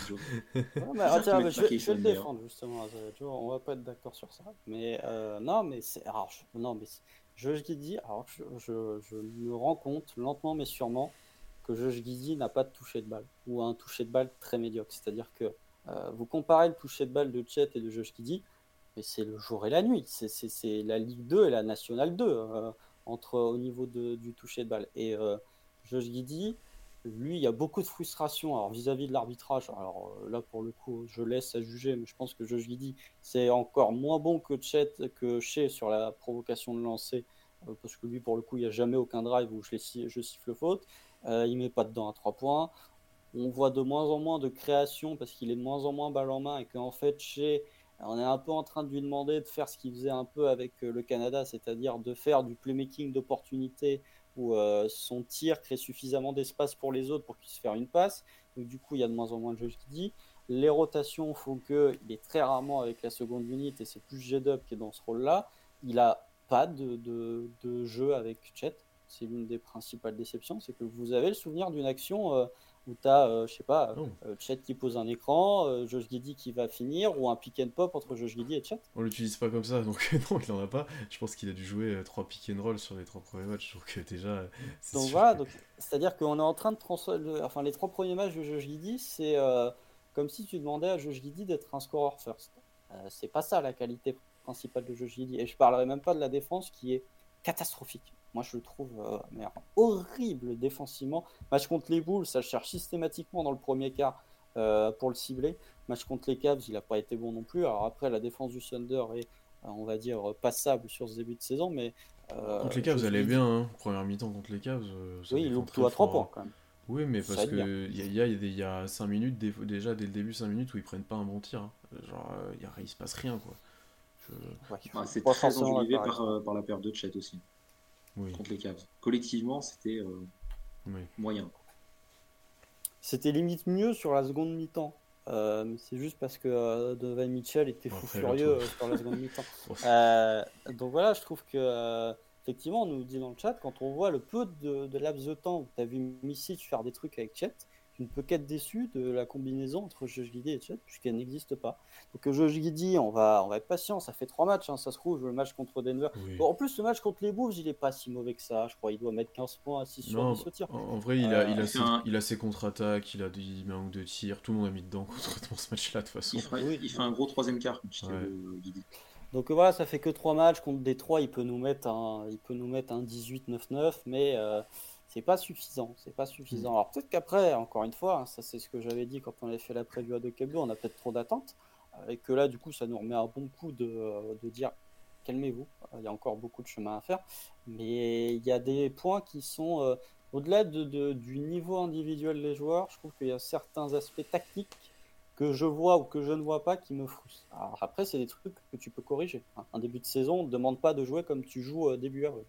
B: Je vais le défendre justement, Isaiah Joe. On va pas être d'accord sur ça. Mais non, mais c'est. Alors, Josh Giddey, alors je me rends compte lentement mais sûrement que Josh Giddey n'a pas de toucher de balle ou un toucher de balle très médiocre. C'est-à-dire que vous comparez le toucher de balle de Chet et de Josh Giddey, mais c'est le jour et la nuit. C'est la Ligue 2 et la Nationale 2 au niveau du toucher de balle. Et Josh Giddey, lui, il y a beaucoup de frustration alors, vis-à-vis de l'arbitrage. Alors là, pour le coup, je laisse à juger, mais je pense que Josh Giddey, c'est encore moins bon que Shea sur la provocation de lancer, parce que lui, pour le coup, il n'y a jamais aucun drive où je siffle faute. Il met pas dedans à 3 points. On voit de moins en moins de création parce qu'il est de moins en moins balle en main et qu'en fait, Shea, on est un peu en train de lui demander de faire ce qu'il faisait un peu avec le Canada, c'est-à-dire de faire du playmaking d'opportunité où son tir crée suffisamment d'espace pour les autres pour qu'il se fasse une passe. Donc du coup, il y a de moins en moins de jeux qui dit. Les rotations font qu'il est très rarement avec la seconde unité et c'est plus J-Dub qui est dans ce rôle-là. Il n'a pas de jeu avec Chet. C'est l'une des principales déceptions, c'est que vous avez le souvenir d'une action où tu as, je sais pas, Chet qui pose un écran, Josh Giddey qui va finir, ou un pick and pop entre Josh Giddey et Chet.
A: On l'utilise pas comme ça, donc non, il en a pas. Je pense qu'il a dû jouer 3 pick and roll sur les 3 premiers matchs, donc déjà, c'est
B: donc
A: sûr
B: voilà,
A: que...
B: c'est-à-dire qu'on est en train de transformer, enfin les 3 premiers matchs de Josh Giddey, c'est comme si tu demandais à Josh Giddey d'être un scorer first. C'est pas ça la qualité principale de Josh Giddey, et je parlerai même pas de la défense qui est catastrophique. Moi, je le trouve horrible défensivement. Match contre les Bulls, ça cherche systématiquement dans le premier quart pour le cibler. Match contre les Cavs, il n'a pas été bon non plus. Alors après, la défense du Thunder est, on va dire, passable sur ce début de saison, mais
A: Contre les Cavs,
B: Josh
A: elle est
B: Giddey,
A: bien, hein. Première mi-temps contre les Cavs, ça
B: oui, il
A: défend
B: loupe
A: très
B: tout à 3
A: fort,
B: points
A: hein.
B: quand même.
A: Oui, mais
B: Ça
A: parce
B: aide bien.
A: que il y a 5 minutes, déjà dès le début, 5 minutes où ils prennent pas un bon tir, hein. Genre, il se passe rien, quoi. Je-
B: Ouais, je
C: Ah,
B: suis
C: c'est
B: pas
C: très
B: forcément
C: enjolivé
B: d'accord avec toi.
C: par la perte de Chet aussi,
A: Oui,
C: contre les Cavs. Collectivement, c'était
A: oui.
C: moyen.
B: C'était limite mieux sur la seconde mi-temps. Mais c'est juste parce que Donovan Mitchell était
A: Bon,
B: fou
A: après, l'autre.
B: furieux sur la seconde mi-temps.
A: Bon,
B: Donc voilà, je trouve que effectivement, on nous dit dans le chat, quand on voit le peu de laps de temps où tu as vu Micic faire des trucs avec Chet, tu ne peux qu'être déçu de la combinaison entre Josh Giddey et Chet, puisqu'elle n'existe pas. Donc Josh Giddey, on va être patient, ça fait 3 matchs, hein, ça se trouve, le match contre Denver.
A: oui.
B: Bon, en plus, le match contre les Bulls, il est pas si mauvais que ça, je crois, il doit mettre 15 points à 6 sur
A: Non,
B: 10 au tir.
A: en vrai,
B: Euh,
C: Il fait un,
A: il a ses contre-attaques, il met un ou deux tirs, tout le monde a mis dedans contre ce match-là, de toute façon.
B: oui,
C: il fait un gros troisième quart contre
A: Ouais.
C: Chicago, Guidi.
B: Donc voilà, ça fait que 3 matchs contre Détroit, il peut nous mettre un 18-9-9, mais c'est pas suffisant, c'est pas suffisant. Alors peut-être qu'après, encore une fois, hein, ça c'est ce que j'avais dit quand on avait fait la preview à Dokeblo, on a peut-être trop d'attentes, et que là du coup ça nous remet un bon coup de dire calmez-vous, il y a encore beaucoup de chemin à faire, mais il y a des points qui sont au-delà du niveau individuel des joueurs, je trouve qu'il y a certains aspects tactiques que je vois ou que je ne vois pas qui me frustrent. Alors après, c'est des trucs que tu peux corriger. Un début de saison, on ne demande pas de jouer comme tu joues début avril.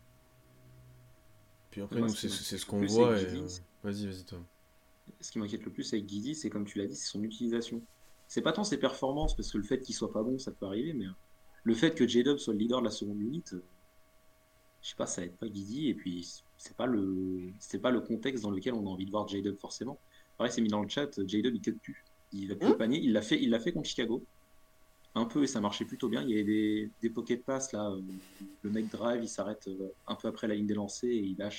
A: Puis après,
C: Moi,
A: nous,
C: ce qui
A: c'est ce
C: m'inquiète le
A: qu'on
C: plus avec
A: voit, et...
C: Guidi,
A: Vas-y, Tom.
C: ce qui m'inquiète le plus avec Guidi, c'est comme tu l'as dit, c'est son utilisation. C'est pas tant ses performances, parce que le fait qu'il soit pas bon, ça peut arriver, mais le fait que J-Dub soit le leader de la seconde unité, je sais pas, ça aide pas Guidi, et puis c'est pas le contexte dans lequel on a envie de voir J-Dub forcément. Pareil, c'est mis dans le chat, J-Dub il cut plus. Il va plus au panier, il l'a fait contre Chicago. Un peu et ça marchait plutôt bien. Il y avait des pocket pass là. Le mec drive, il s'arrête un peu après la ligne des lancers et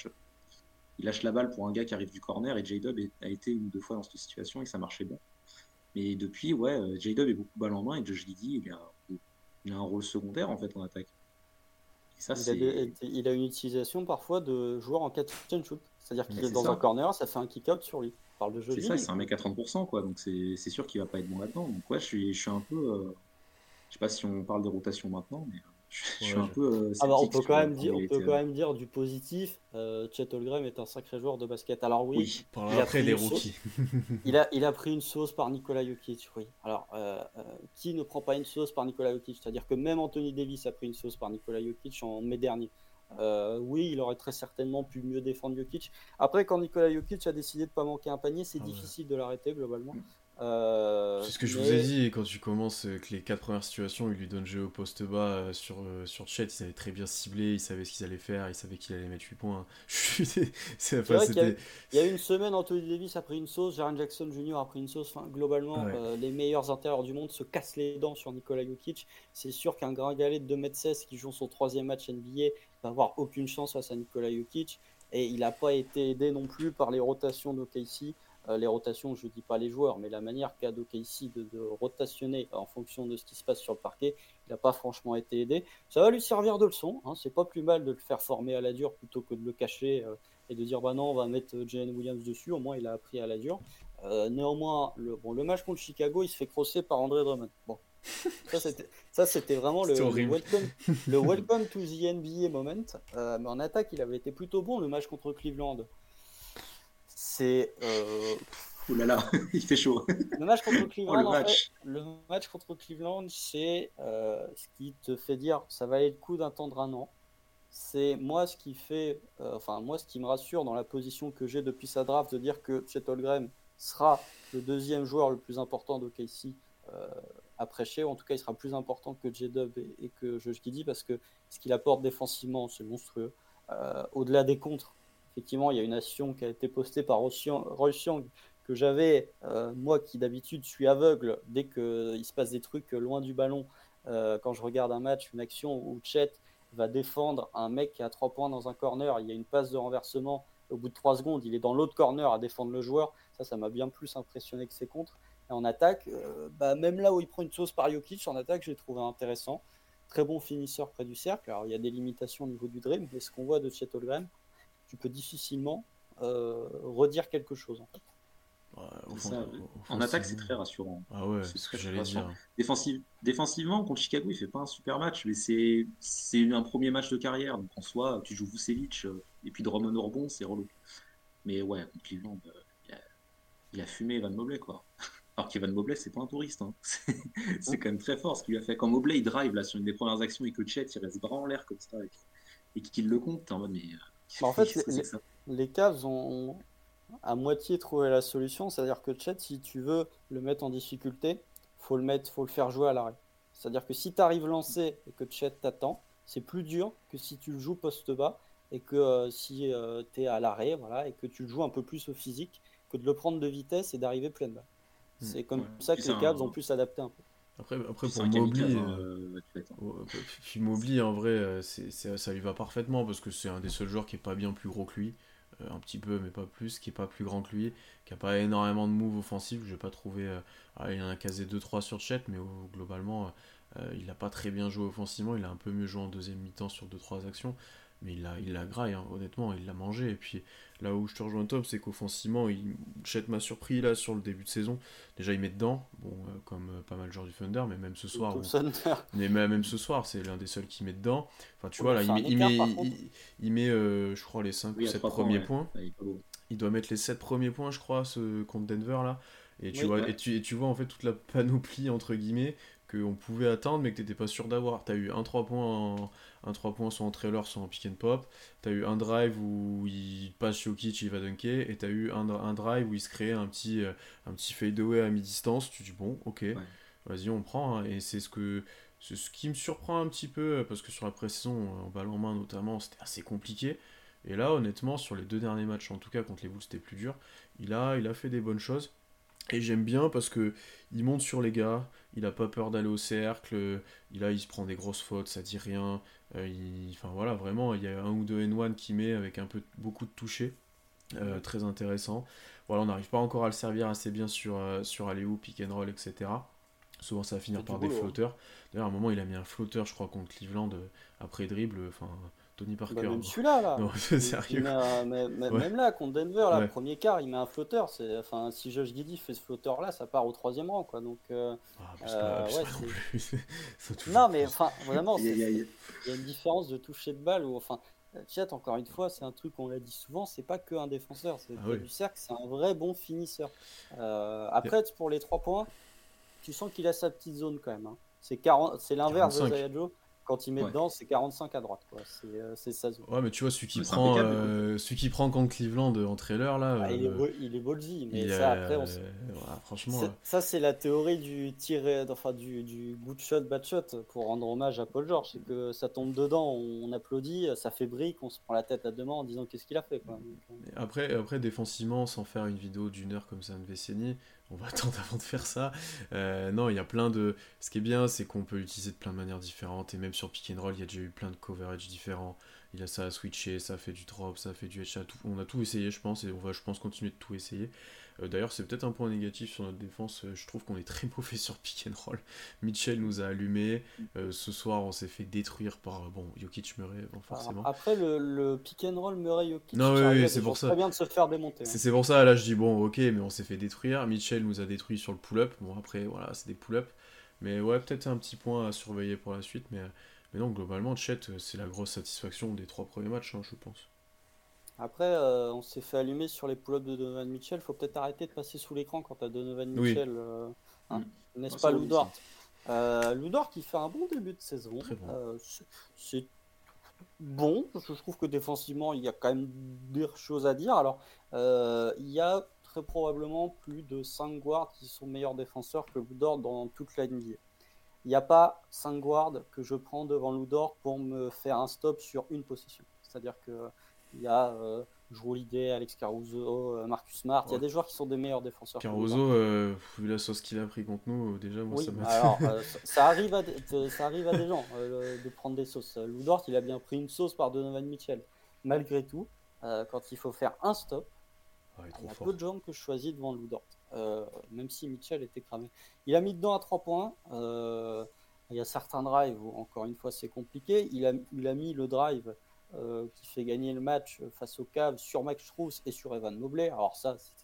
C: il lâche la balle pour un gars qui arrive du corner. Et J-Dub a été une ou deux fois dans cette situation et ça marchait bien. Mais depuis, ouais, J-Dub est beaucoup balle en main et Josh Giddey, il a un rôle secondaire en fait en attaque. Et ça, c'est
B: Il a une utilisation parfois de joueur en catch and shoot. C'est-à-dire qu'il est
C: c'est
B: dans un
C: ça.
B: corner, ça fait un kick-out sur lui. On parle de jeu
C: C'est ça,
B: Giddey.
C: c'est un mec à 30%, quoi. Donc c'est sûr qu'il va pas être bon là-dedans. Donc ouais, je suis un peu. Je sais pas si on parle des rotations maintenant, mais je suis
A: Ouais,
C: un peu
B: Ah bah,
C: sceptique sur comment
B: on
C: il a
B: peut
C: été.
B: quand même dire du positif. Chet Holmgren est un sacré joueur de basket. Alors oui,
C: Oui,
A: On parlera
B: il a
A: après
B: pris
A: des
B: une sauce.
A: rookies.
B: Il a pris une sauce par Nikola Jokic, oui. Alors, qui ne prend pas une sauce par Nikola Jokic? C'est-à-dire que même Anthony Davis a pris une sauce par Nikola Jokic en mai dernier. Oui, il aurait très certainement pu mieux défendre Jokic. Après, quand Nikola Jokic a décidé de ne pas manquer un panier, c'est
A: Ah ouais.
B: difficile de l'arrêter globalement.
A: C'est ce que je vous ai
B: Mais
A: dit, quand tu commences que les 4 premières situations, il lui donne jeu au poste bas sur Chet, il savait très bien cibler, il savait ce qu'ils allaient faire, il savait qu'il allait mettre 8 points.
B: c'est vrai
A: C'était...
B: il y a une semaine, Anthony Davis a pris une sauce, Jaren Jackson Jr. a pris une sauce. Enfin, globalement,
A: Ouais.
B: les meilleurs intérieurs du monde se cassent les dents sur Nikola Jokic. C'est sûr qu'un gringalet de 2,16 m qui joue son troisième match NBA va avoir aucune chance face à Nikola Jokic. Et il n'a pas été aidé non plus par les rotations d'OKC. Les rotations, je ne dis pas les joueurs, mais la manière qu'a d'OKC de rotationner en fonction de ce qui se passe sur le parquet, il n'a pas franchement été aidé. Ça va lui servir de leçon. Hein. C'est pas plus mal de le faire former à la dure plutôt que de le cacher et de dire bah non, on va mettre Jalen Williams dessus. Au moins, il a appris à la dure. Néanmoins, le match contre Chicago, il se fait crosser par André Drummond. Bon, ça, c'était vraiment
A: C'était horrible.
B: le welcome to the NBA moment. Mais en attaque, il avait été plutôt bon le match contre Cleveland. C'est
C: oh là là, il fait chaud.
B: le match contre
C: Oh
B: Cleveland.
C: le
B: En fait,
C: match.
B: le match contre Cleveland, c'est ce qui te fait dire ça valait le coup d'attendre un an. C'est moi ce qui fait, moi ce qui me rassure dans la position que j'ai depuis sa draft de dire que Chet Holmgren sera le deuxième joueur le plus important de KC après Shea, ou en tout cas il sera plus important que J-Dub et que Josh Giddey parce que ce qu'il apporte défensivement c'est monstrueux. Au-delà des contres, effectivement il y a une action qui a été postée par Royce Young que j'avais, moi qui d'habitude suis aveugle dès qu'il se passe des trucs loin du ballon, quand je regarde un match, une action où Chet va défendre un mec qui a 3 points dans un corner, il y a une passe de renversement, au bout de 3 secondes, il est dans l'autre corner à défendre le joueur, ça m'a bien plus impressionné que ses contres. Et en attaque, même là où il prend une sauce par Jokic, en attaque, j'ai trouvé intéressant. Très bon finisseur près du cercle. Alors, il y a des limitations au niveau du dribble, mais ce qu'on voit de Chet Holmgren, tu peux difficilement redire quelque chose, en fait.
C: C'est ça. En attaque, c'est très rassurant.
A: Ah ouais,
C: C'est
A: c'est ce que
C: très, très
A: j'allais
C: rassurant.
A: dire.
C: Défensivement, contre Chicago, il fait pas un super match, mais c'est un premier match de carrière. Donc en soi, tu joues Vucevic, et puis Drummond au rebond, c'est relou. Mais ouais, contre Cleveland, il a fumé Evan Mobley, quoi. Alors qu'Evan Mobley, c'est pas un touriste. Hein. C'est quand même très fort ce qu'il lui a fait. Quand Mobley, il drive là, sur une des premières actions et que Chet, il reste bras en l'air comme ça et qu'il le compte, t'es en mode, mais
B: Bah, en fait,
C: qu'est-ce que c'est que ça?
B: les Cavs ont à moitié trouvé la solution, c'est-à-dire que Chet, si tu veux le mettre en difficulté, faut le faire jouer à l'arrêt. C'est-à-dire que si tu arrives lancé et que Chet t'attend, c'est plus dur que si tu le joues poste bas et que si tu es à l'arrêt, voilà, et que tu le joues un peu plus au physique que de le prendre de vitesse et d'arriver pleine balle.
A: Hmm.
B: C'est comme
C: Ouais.
B: ça
C: Puis
B: que les Cavs ont pu s'adapter un peu.
A: Après
C: puis c'est
A: pour
C: un kamikaze,
A: Mobley,
C: hein, athlète, hein.
A: puis Mobley en vrai, ça lui va parfaitement parce que c'est un des seuls joueurs qui est pas bien plus gros que lui. Un petit peu, mais pas plus, qui est pas plus grand que lui, qui a pas énormément de moves offensifs. Je vais pas trouver. Il en a casé 2-3 sur Chet, mais globalement, il a pas très bien joué offensivement. Il a un peu mieux joué en deuxième mi-temps sur 2-3 actions. Mais il l'a graille, hein, honnêtement, il l'a mangé. Et puis là où je te rejoins top, c'est qu'offensivement, Chet m'a surpris là sur le début de saison. Déjà, il met dedans, bon, comme pas mal de joueurs du Thunder, mais même ce soir,
B: Tout le Thunder.
A: mais même ce soir, c'est l'un des seuls qui met dedans. Enfin, tu
B: Oh, il
A: vois,
B: a
A: là,
B: fait un écart par contre.
A: il met je crois, les 5 ou
C: Oui, à
A: 7
C: 3 points,
A: premiers
C: ouais.
A: points.
C: Ouais, il est pas beau.
A: Il doit mettre les 7 premiers points, je crois, contre Denver, là. Et tu
B: Oui.
A: vois,
C: Ouais.
A: et tu vois en fait toute la panoplie, entre guillemets, qu'on pouvait attendre, mais que t'étais pas sûr d'avoir. T'as eu un 3 points, un 3 points soit en trailer, soit en pick and pop. T'as eu un drive où il passe Jokic, il va dunker. Et t'as eu un drive où il se crée un petit fadeaway à mi-distance. Tu dis, bon, ok,
C: Ouais.
A: vas-y, on prend. Hein. Et c'est ce qui me surprend un petit peu, parce que sur la pré-saison, en balle en main notamment, c'était assez compliqué. Et là, honnêtement, sur les deux derniers matchs, en tout cas contre les Bulls, c'était plus dur. Il a fait des bonnes choses. Et j'aime bien parce que il monte sur les gars, il a pas peur d'aller au cercle, il se prend des grosses fautes, ça dit rien. Enfin voilà, vraiment, il y a un ou deux N1 qui met avec beaucoup de toucher, très intéressant. Voilà, on n'arrive pas encore à le servir assez bien sur alley-oop, pick and roll, etc. Souvent ça va
B: Il
A: finir
B: fait du
A: par des
B: boulot. Hein.
A: flotteurs. D'ailleurs, à un moment, il a mis un flotteur, je crois, contre Cleveland, après dribble, enfin, Tony
B: Bah,
A: Parker.
B: même
A: Bon.
B: celui-là, là,
A: Non, sérieux. Ouais,
B: même là, contre Denver, là,
A: ouais.
B: premier quart, il met un flotteur. Enfin, si Josh Giddey fait ce flotteur-là, ça part au troisième rang, quoi. Donc,
A: Abuse
B: ouais,
A: pas non plus. Ça toujours
B: non, mais
A: plus.
B: enfin, vraiment,
C: Aïe, aïe, aïe.
B: il y a une différence de toucher de balle. Enfin, Chet, encore une fois, c'est un truc qu'on l'a dit souvent, c'est pas que un défenseur, c'est
A: Ah
B: près
A: oui.
B: du cercle, c'est un vrai bon finisseur. Après, pour les 3 points, tu sens qu'il a sa petite zone quand même. Hein. C'est l'inverse de
A: 45.
B: Zaya Joe. Quand il met
C: Ouais.
B: dedans, c'est 45 à droite, quoi. C'est sa zone.
A: Ouais, mais tu vois,
C: Ouais, c'est impeccable, du coup.
A: celui qui prend contre Cleveland en trailer, là,
B: Ah, il est ballsy, mais
A: il
B: ça, après,
A: ouais, franchement,
B: ça, c'est la théorie du tir, enfin, du good shot, bad shot, pour rendre hommage à Paul George. C'est que ça tombe dedans, on applaudit, ça fait brique, on se prend la tête à deux mains en disant qu'est-ce qu'il a fait, quoi. Donc,
A: après, défensivement, sans faire une vidéo d'une heure comme ça, de Veceni, on va attendre avant de faire ça. Non, il y a plein de. Ce qui est bien, c'est qu'on peut l'utiliser de plein de manières différentes, et même sur pick and roll, il y a déjà eu plein de coverage différents. Il a ça à switcher, ça fait du drop, ça fait du headshot. On a tout essayé, je pense, et on va, je pense, continuer de tout essayer. D'ailleurs, c'est peut-être un point négatif sur notre défense. Je trouve qu'on est très mauvais sur pick and roll. Mitchell nous a allumés. Ce soir, on s'est fait détruire par Jokic Murray, bon, forcément.
B: après, le pick and roll Murray-Jokic,
A: Non,
B: ça
A: oui,
B: arrive
A: oui,
B: à
A: c'est
B: des
A: pour
B: gens
A: ça.
B: très bien de se faire démonter. Hein.
A: C'est pour ça, là, je dis bon, ok, mais on s'est fait détruire. Mitchell nous a détruit sur le pull-up. Bon, après, voilà, c'est des pull-up. Mais ouais, peut-être un petit point à surveiller pour la suite. Mais non, globalement, Chet, c'est la grosse satisfaction des 3 premiers matchs, hein, je pense.
B: Après, on s'est fait allumer sur les pull-ups de Donovan Mitchell. Faut peut-être arrêter de passer sous l'écran quand t'as Donovan
A: Oui,
B: Mitchell, hein.
C: Mm.
B: N'est-ce
C: Ah,
B: pas,
C: c'est
B: Lou
C: relou, ça.
B: Dort? Lou Dort qui fait un bon début de saison.
A: très bon.
B: C'est bon. Je trouve que défensivement, il y a quand même des choses à dire. Alors, il y a très probablement plus de 5 guards qui sont meilleurs défenseurs que Lou Dort dans toute la NBA. Il n'y a pas 5 guards que je prends devant Lou Dort pour me faire un stop sur une possession. C'est-à-dire que il y a Jrue Holiday, Alex Caruso, Marcus Smart. Il y a
A: Ouais,
B: des joueurs qui sont des meilleurs défenseurs que Lou Dort.
A: Caruso, vu la sauce qu'il a pris contre nous, déjà, moi, ça
B: Oui,
A: m'a.
B: alors ça arrive ça arrive à des gens de prendre des sauces. Lou Dort, il a bien pris une sauce par Donovan Mitchell. Malgré tout, quand il faut faire un stop,
A: Ah, il est
B: il y
A: trop
B: a peu
A: fort.
B: de gens que je choisis devant Lou Dort, même si Mitchell était cramé. Il a mis dedans à 3 points. Il y a certains drives où, encore une fois, c'est compliqué. Il a mis le drive qui fait gagner le match face aux Cavs sur Max Strus et sur Evan Mobley. Alors ça,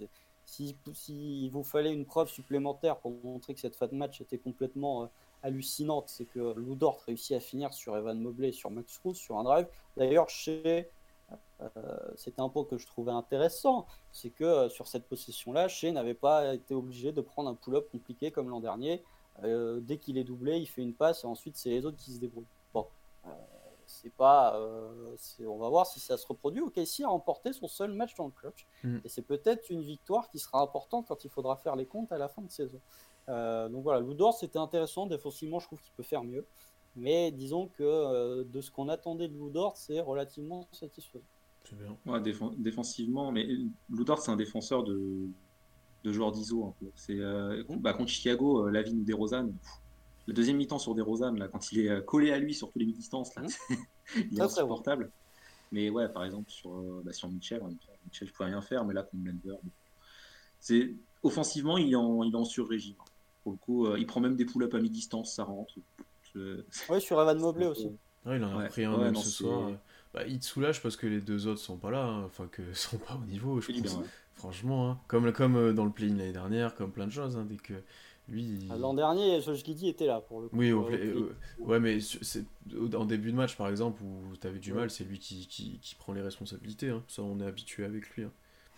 B: Si il vous fallait une preuve supplémentaire pour montrer que cette fin de match était complètement hallucinante, c'est que Lou Dort réussit à finir sur Evan Mobley, sur Max Strus, sur un drive. D'ailleurs, c'était un point que je trouvais intéressant, c'est que sur cette possession-là, Shea n'avait pas été obligé de prendre un pull-up compliqué comme l'an dernier. Dès qu'il est doublé, il fait une passe et ensuite c'est les autres qui se débrouillent. Bon, c'est pas, on va voir si ça se reproduit. OKC a remporté son seul match dans le clutch et c'est peut-être une victoire qui sera importante quand il faudra faire les comptes à la fin de saison. Donc voilà, Lou Dort c'était intéressant. Défensivement, je trouve qu'il peut faire mieux. Mais disons que de ce qu'on attendait de Lou Dort, c'est relativement satisfaisant.
A: C'est bien.
C: Ouais, défensivement, mais Lou Dort, c'est un défenseur de joueur d'ISO un peu. C'est contre Chicago, Lavine ou DeRozan. La deuxième mi-temps sur DeRozan, là, quand il est collé à lui sur tous les mi-distances, là, il est insupportable. Mais ouais, par exemple sur Mitchell, Mitchell, je peux rien faire, mais là contre Denver, c'est offensivement, il est en sur-régime. Pour le coup, il prend même des pull-ups à mi-distance, ça rentre.
B: Oui, sur Evan Mobley aussi.
A: Ouais, il en a repris un même ce soir. Il te soulage parce que les deux autres sont pas là, hein. Enfin que sont pas au niveau, je pense. Franchement, hein. Comme dans le play-in l'année dernière, comme plein de choses, hein, dès que lui.
B: L'an dernier, Josh Giddey était là pour le coup.
A: Oui, ouais, mais en début de match, par exemple, où t'avais du mal, c'est lui qui prend les responsabilités. Hein. Ça, on est habitué avec lui. Hein.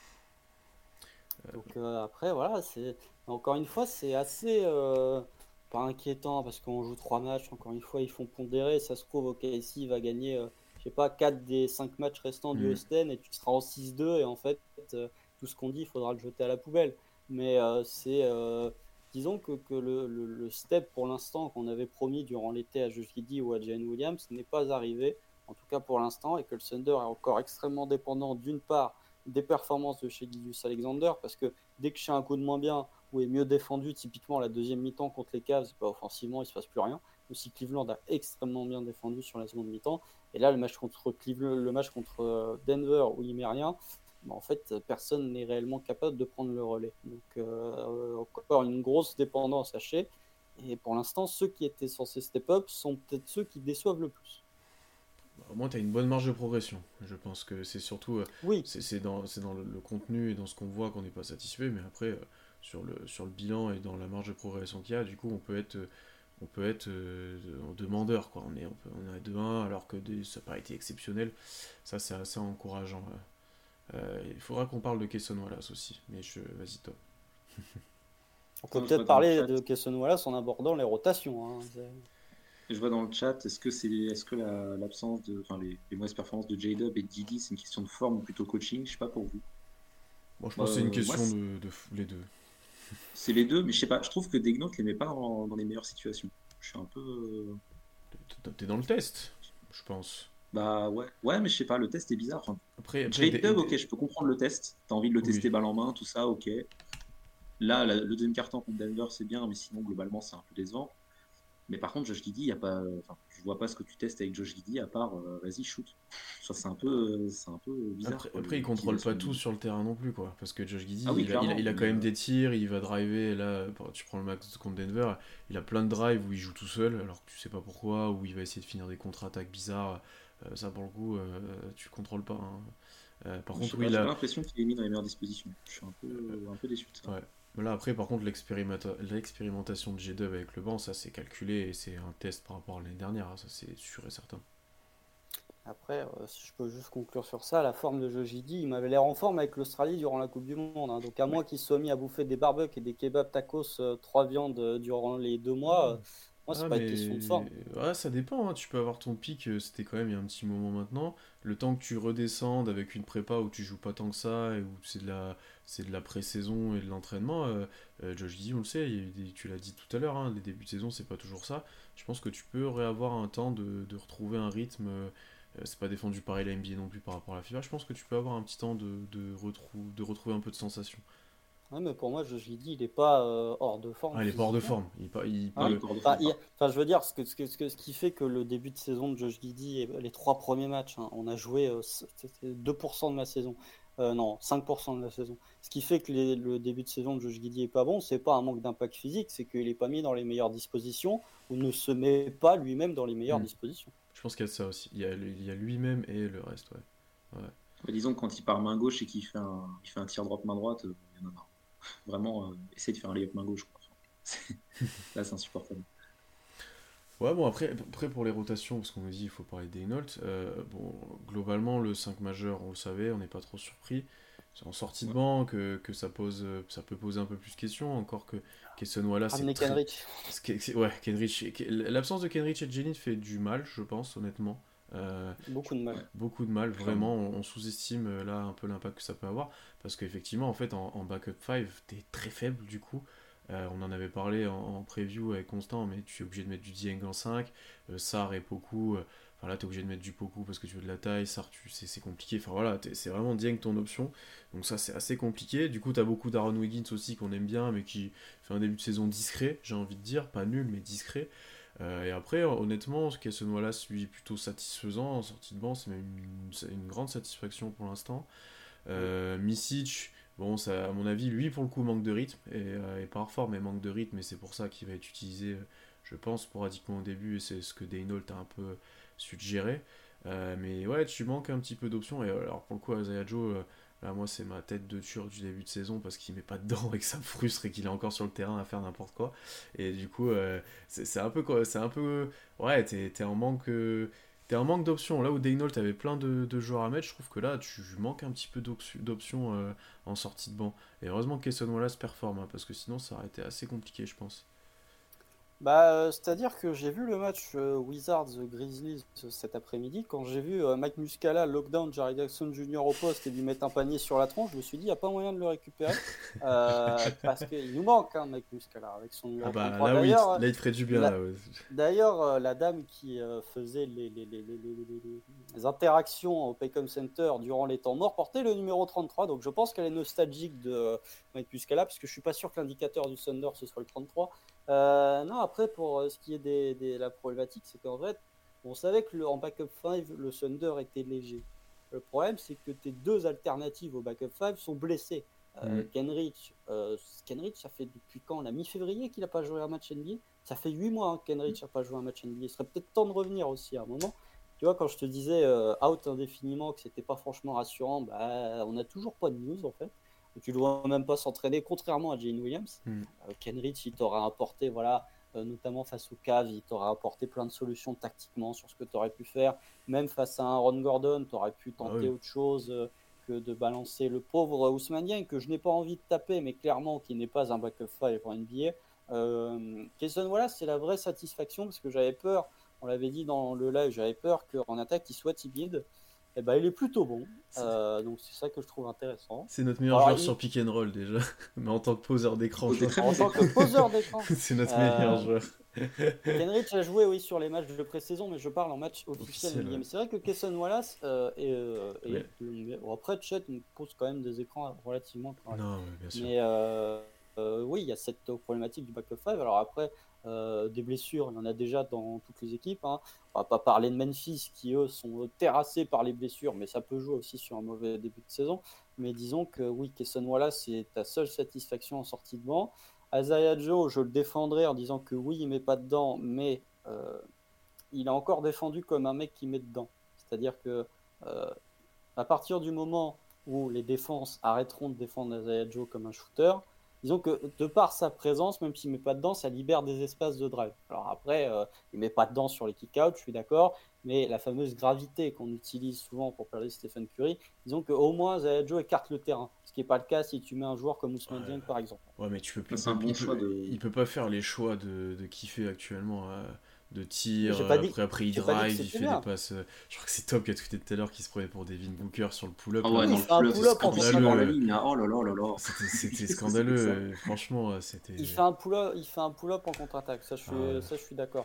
B: Donc après, voilà, encore une fois, c'est assez pas inquiétant parce qu'on joue 3 matchs. Encore une fois, ils font pondérer. Ça se trouve, OKC va gagner, je sais pas, 4 des 5 matchs restants du Houston et tu seras en 6-2. Et en fait, tout ce qu'on dit, il faudra le jeter à la poubelle. Mais disons que le step pour l'instant qu'on avait promis durant l'été à Josh Giddey ou à Jalen Williams n'est pas arrivé, en tout cas pour l'instant, et que le Thunder est encore extrêmement dépendant d'une part des performances de chez Gilgeous Alexander, parce que dès que chez un coup de moins bien ou est mieux défendu, typiquement la deuxième mi-temps contre les Cavs, offensivement il se passe plus rien. Aussi Cleveland a extrêmement bien défendu sur la seconde mi-temps, et là le match contre Denver où il met rien, en fait personne n'est réellement capable de prendre le relais. Donc encore une grosse dépendance à Shea, et pour l'instant ceux qui étaient censés step up sont peut-être ceux qui déçoivent le plus.
A: Au moins, tu as une bonne marge de progression. Je pense que c'est surtout.
B: Oui.
A: C'est dans le contenu et dans ce qu'on voit qu'on n'est pas satisfait, mais après, sur le bilan et dans la marge de progression qu'il y a, du coup, on peut être demandeur. Quoi. On est à 2-1 alors que ça n'a pas été exceptionnel. Ça, c'est assez encourageant. Il faudra qu'on parle de Cason Wallace aussi, mais vas-y, toi.
B: On peut peut-être parler de Cason Wallace en abordant les rotations. Hein.
C: Je vois dans le chat, est-ce que l'absence les mauvaises performances de J-Dub et de Didi, c'est une question de forme ou plutôt coaching? Je sais pas pour vous.
A: Bon, je pense que c'est une question de les deux.
C: C'est les deux, mais je sais pas. Je trouve que Degnaud ne les met pas dans les meilleures situations. Je suis un peu.
A: T'es dans le test, je pense.
C: Bah ouais, mais je sais pas. Le test est bizarre. Enfin,
A: après
C: J-Dub, ok, je peux comprendre le test. T'as envie de le tester balle en main, tout ça, ok. Là, le deuxième carton contre Denver, c'est bien, mais sinon globalement, c'est un peu décevant. Mais par contre, Josh Giddey, je vois pas ce que tu testes avec Josh Giddey à part vas-y shoot. C'est un peu bizarre.
A: Après, il contrôle pas tout sur le terrain non plus, quoi. Parce que Josh Giddey, il a quand même des tirs, il va driver. Et là, tu prends le max contre Denver, il a plein de drives où il joue tout seul, alors que tu sais pas pourquoi, où il va essayer de finir des contre-attaques bizarres. Ça, pour le coup, tu contrôles pas. Hein. Par contre,
C: j'ai pas l'impression qu'il est mis dans les meilleures dispositions. Je suis un peu déçu de ça.
A: Ouais. Là, après, par contre, l'expérimentation de J-Dub avec le banc, ça c'est calculé et c'est un test par rapport à l'année dernière, hein, ça c'est sûr et certain.
B: Après, si je peux juste conclure sur ça, la forme de Josh Giddey, il m'avait l'air en forme avec l'Australie durant la Coupe du Monde. Hein. Donc, à moins qu'il soit mis à bouffer des barbecues et des kebabs tacos 3 viandes durant les 2 mois, moi, c'est pas une question de forme.
A: Ouais, ça dépend, hein. Tu peux avoir ton pic, c'était quand même il y a un petit moment maintenant. Le temps que tu redescendes avec une prépa où tu joues pas tant que ça et où c'est de la pré-saison et de l'entraînement, Josh Giddey, on le sait, tu l'as dit tout à l'heure, hein, les débuts de saison, c'est pas toujours ça. Je pense que tu peux réavoir un temps de retrouver un rythme. C'est pas défendu pareil la NBA non plus par rapport à la FIBA. Je pense que tu peux avoir un petit temps de retrouver un peu de sensation.
B: Ouais, mais pour moi, Josh Giddey, il est pas hors de forme.
A: Ah, il est pas hors de forme.
B: Je veux dire, ce qui fait que le début de saison de Josh Giddey, les 3 premiers matchs, hein, on a joué 2% de la saison. Non, 5% de la saison. Ce qui fait que le début de saison de Josh Giddey est pas bon, c'est pas un manque d'impact physique, c'est qu'il est pas mis dans les meilleures dispositions ou ne se met pas lui-même dans les meilleures dispositions.
A: Je pense qu'il y a ça aussi. Il y a lui-même et le reste, ouais.
C: Disons que quand il part main gauche et qu'il fait un teardrop main droite, il y en a marre. Vraiment, essayer de faire un layup main gauche, quoi. C'est- Là, c'est insupportable.
A: Ouais, bon, après pour les rotations, parce qu'on nous dit il faut parler d'Eynault, bon, globalement, le 5 majeur, on le savait, on n'est pas trop surpris. C'est en sortie de
C: Ouais.
A: banc ça peut poser un peu plus de questions, encore que Kesson Wallace, c'est
B: Ramener
A: très.
B: Kenrich.
A: Ouais, l'absence de Kenrich et Jennings fait du mal, je pense, honnêtement. Euh,
B: Beaucoup de mal.
C: Ouais,
A: Beaucoup de mal,
C: clairement.
A: vraiment, on sous-estime là un peu l'impact que ça peut avoir, parce qu'effectivement, en fait, en backup 5, t'es très faible du coup. On en avait parlé en preview avec Constant, mais tu es obligé de mettre du Dieng en 5, Sarr et Poku, enfin là, tu es obligé de mettre du Poku parce que tu veux de la taille, Sarr, c'est compliqué, enfin voilà, c'est vraiment Dieng ton option, donc ça, c'est assez compliqué. Du coup, tu as beaucoup d'Aaron Wiggins aussi qu'on aime bien, mais qui fait un début de saison discret, j'ai envie de dire, pas nul, mais discret. Et après, honnêtement, Cason Wallace, lui, est plutôt satisfaisant en sortie de banc, c'est même une grande satisfaction pour l'instant.
B: Oui.
A: Misic, bon, ça, à mon avis, lui, pour le coup, manque de rythme, et pas fort, mais manque de rythme, et c'est pour ça qu'il va être utilisé, je pense, sporadiquement au début, et c'est ce que Daynault a un peu suggéré. Mais ouais, tu manques un petit peu d'options, et alors pour le coup, Isaiah Joe, là, moi, c'est ma tête de turc du début de saison, parce qu'il met pas dedans, et que ça me frustre, et qu'il est encore sur le terrain à faire n'importe quoi. Et du coup, c'est un peu, c'est un peu, ouais, t'es en manque d'options. Là où Daynault avait plein de joueurs à mettre, je trouve que là, tu manques un petit peu d'options en sortie de banc. Et heureusement que Cason Wallace performe, hein, parce que sinon, ça aurait été assez compliqué, je pense.
B: C'est-à-dire que j'ai vu le match Wizards-Grizzlies cet après-midi. Quand j'ai vu Mike Muscala lockdown Jerry Jackson Jr. au poste et lui mettre un panier sur la tronche, je me suis dit, il n'y a pas moyen de le récupérer. Parce qu'il nous manque, hein, Mike Muscala, avec son
A: Ah
B: numéro
A: bah
B: 33.
A: là, oui,
B: D'ailleurs,
A: là, il te ferait du bien,
B: la,
A: là. Ouais.
B: la dame qui faisait les interactions au Paycom Center durant les temps morts portait le numéro 33. Donc je pense qu'elle est nostalgique de Mike Muscala, parce que je suis pas sûr que l'indicateur du Thunder ce soit le 33. Non, après, pour ce qui est la problématique, c'est qu'en fait, on savait que en backup 5, le Thunder était léger. Le problème, c'est que tes deux alternatives au backup 5 sont blessées.
A: Mm.
B: Kenrich, ça fait depuis quand? La mi-février qu'il n'a pas joué un match NBA. Ça fait 8 mois que Kenrich n'a pas joué un match NBA. Il serait peut-être temps de revenir aussi à un moment. Tu vois, quand je te disais out indéfiniment, que c'était pas franchement rassurant, bah, on n'a toujours pas de news en fait. Tu ne dois même pas s'entraîner, contrairement à Jane Williams.
A: Mm.
B: Kenrich, il t'aura apporté, voilà, notamment face au Cavs, il t'aura apporté plein de solutions tactiquement sur ce que tu aurais pu faire. Même face à un Ron Gordon, tu aurais pu
A: Ah
B: tenter
A: oui.
B: autre chose que de balancer le pauvre Ousmane Dieng, que je n'ai pas envie de taper, mais clairement qui n'est pas un backup 5 pour NBA. Jason Wallace, c'est la vraie satisfaction, parce que j'avais peur, on l'avait dit dans le live, j'avais peur qu'en attaque, il soit timide. Et ben, il est plutôt bon.
A: C'est
B: Donc c'est ça que je trouve intéressant.
A: c'est notre meilleur
B: Alors,
A: joueur sur pick and roll, déjà. Mais en tant que poseur d'écran,
C: Oh,
A: je
C: t'es
A: vois.
C: très
B: en
C: bon
B: tant que
C: défenseur.
B: poseur d'écran,
A: C'est notre meilleur
B: euh,
A: joueur.
B: Kenrich a joué, oui, sur les matchs de pré-saison, mais je parle en match officiel
A: Officiel,
B: NBA.
A: ouais.
B: Mais c'est vrai que Kesson Wallace
A: Mais,
B: bon, après, Chet nous pose quand même des écrans relativement corrects.
A: non, ouais, bien sûr.
B: Mais oui, il y a cette problématique du backup 5. Alors après, des blessures, il y en a déjà dans toutes les équipes, hein. On va pas parler de Memphis qui, eux, sont terrassés par les blessures, mais ça peut jouer aussi sur un mauvais début de saison. Mais disons que oui, Kesson Wallace, c'est ta seule satisfaction en sortie de banc. Isaiah Joe, je le défendrai en disant que oui, il met pas dedans, mais il a encore défendu comme un mec qui met dedans. C'est-à-dire que euh, à partir du moment où les défenses arrêteront de défendre Isaiah Joe comme un shooter, disons que de par sa présence, même s'il ne met pas dedans, ça libère des espaces de drive. Alors après, il ne met pas dedans sur les kick-outs, je suis d'accord, mais la fameuse gravité qu'on utilise souvent pour parler de Stephen Curry, disons qu'au moins Isaiah Joe écarte le terrain, ce qui n'est pas le cas si tu mets un joueur comme Ousmane
A: Ouais,
B: Dieng par exemple.
A: ouais, mais
C: C'est un bon choix de.
A: il peut pas faire les choix de kiffer actuellement, de
B: Mais
A: tir. Après, il
B: j'ai pas dit que
A: drive, il
B: c'était
A: fait des
B: bien.
A: passes. Je crois que c'est Top qui a tweeté tout à l'heure qui se prenait pour Devin Booker sur le pull-up
C: Ah
A: là.
C: ouais,
B: Oui, il
C: dans le
B: fait un
C: pull-up,
A: C'était
B: pull-up en
C: quand il sort la
A: scandaleux.
C: ligne, là, oh là là là là.
A: C'était
C: Qu'est-ce que c'était que ça?
A: scandaleux. Franchement, c'était.
B: Il fait un pull-up en contre-attaque,
A: Ah ouais.
B: ça, je suis d'accord.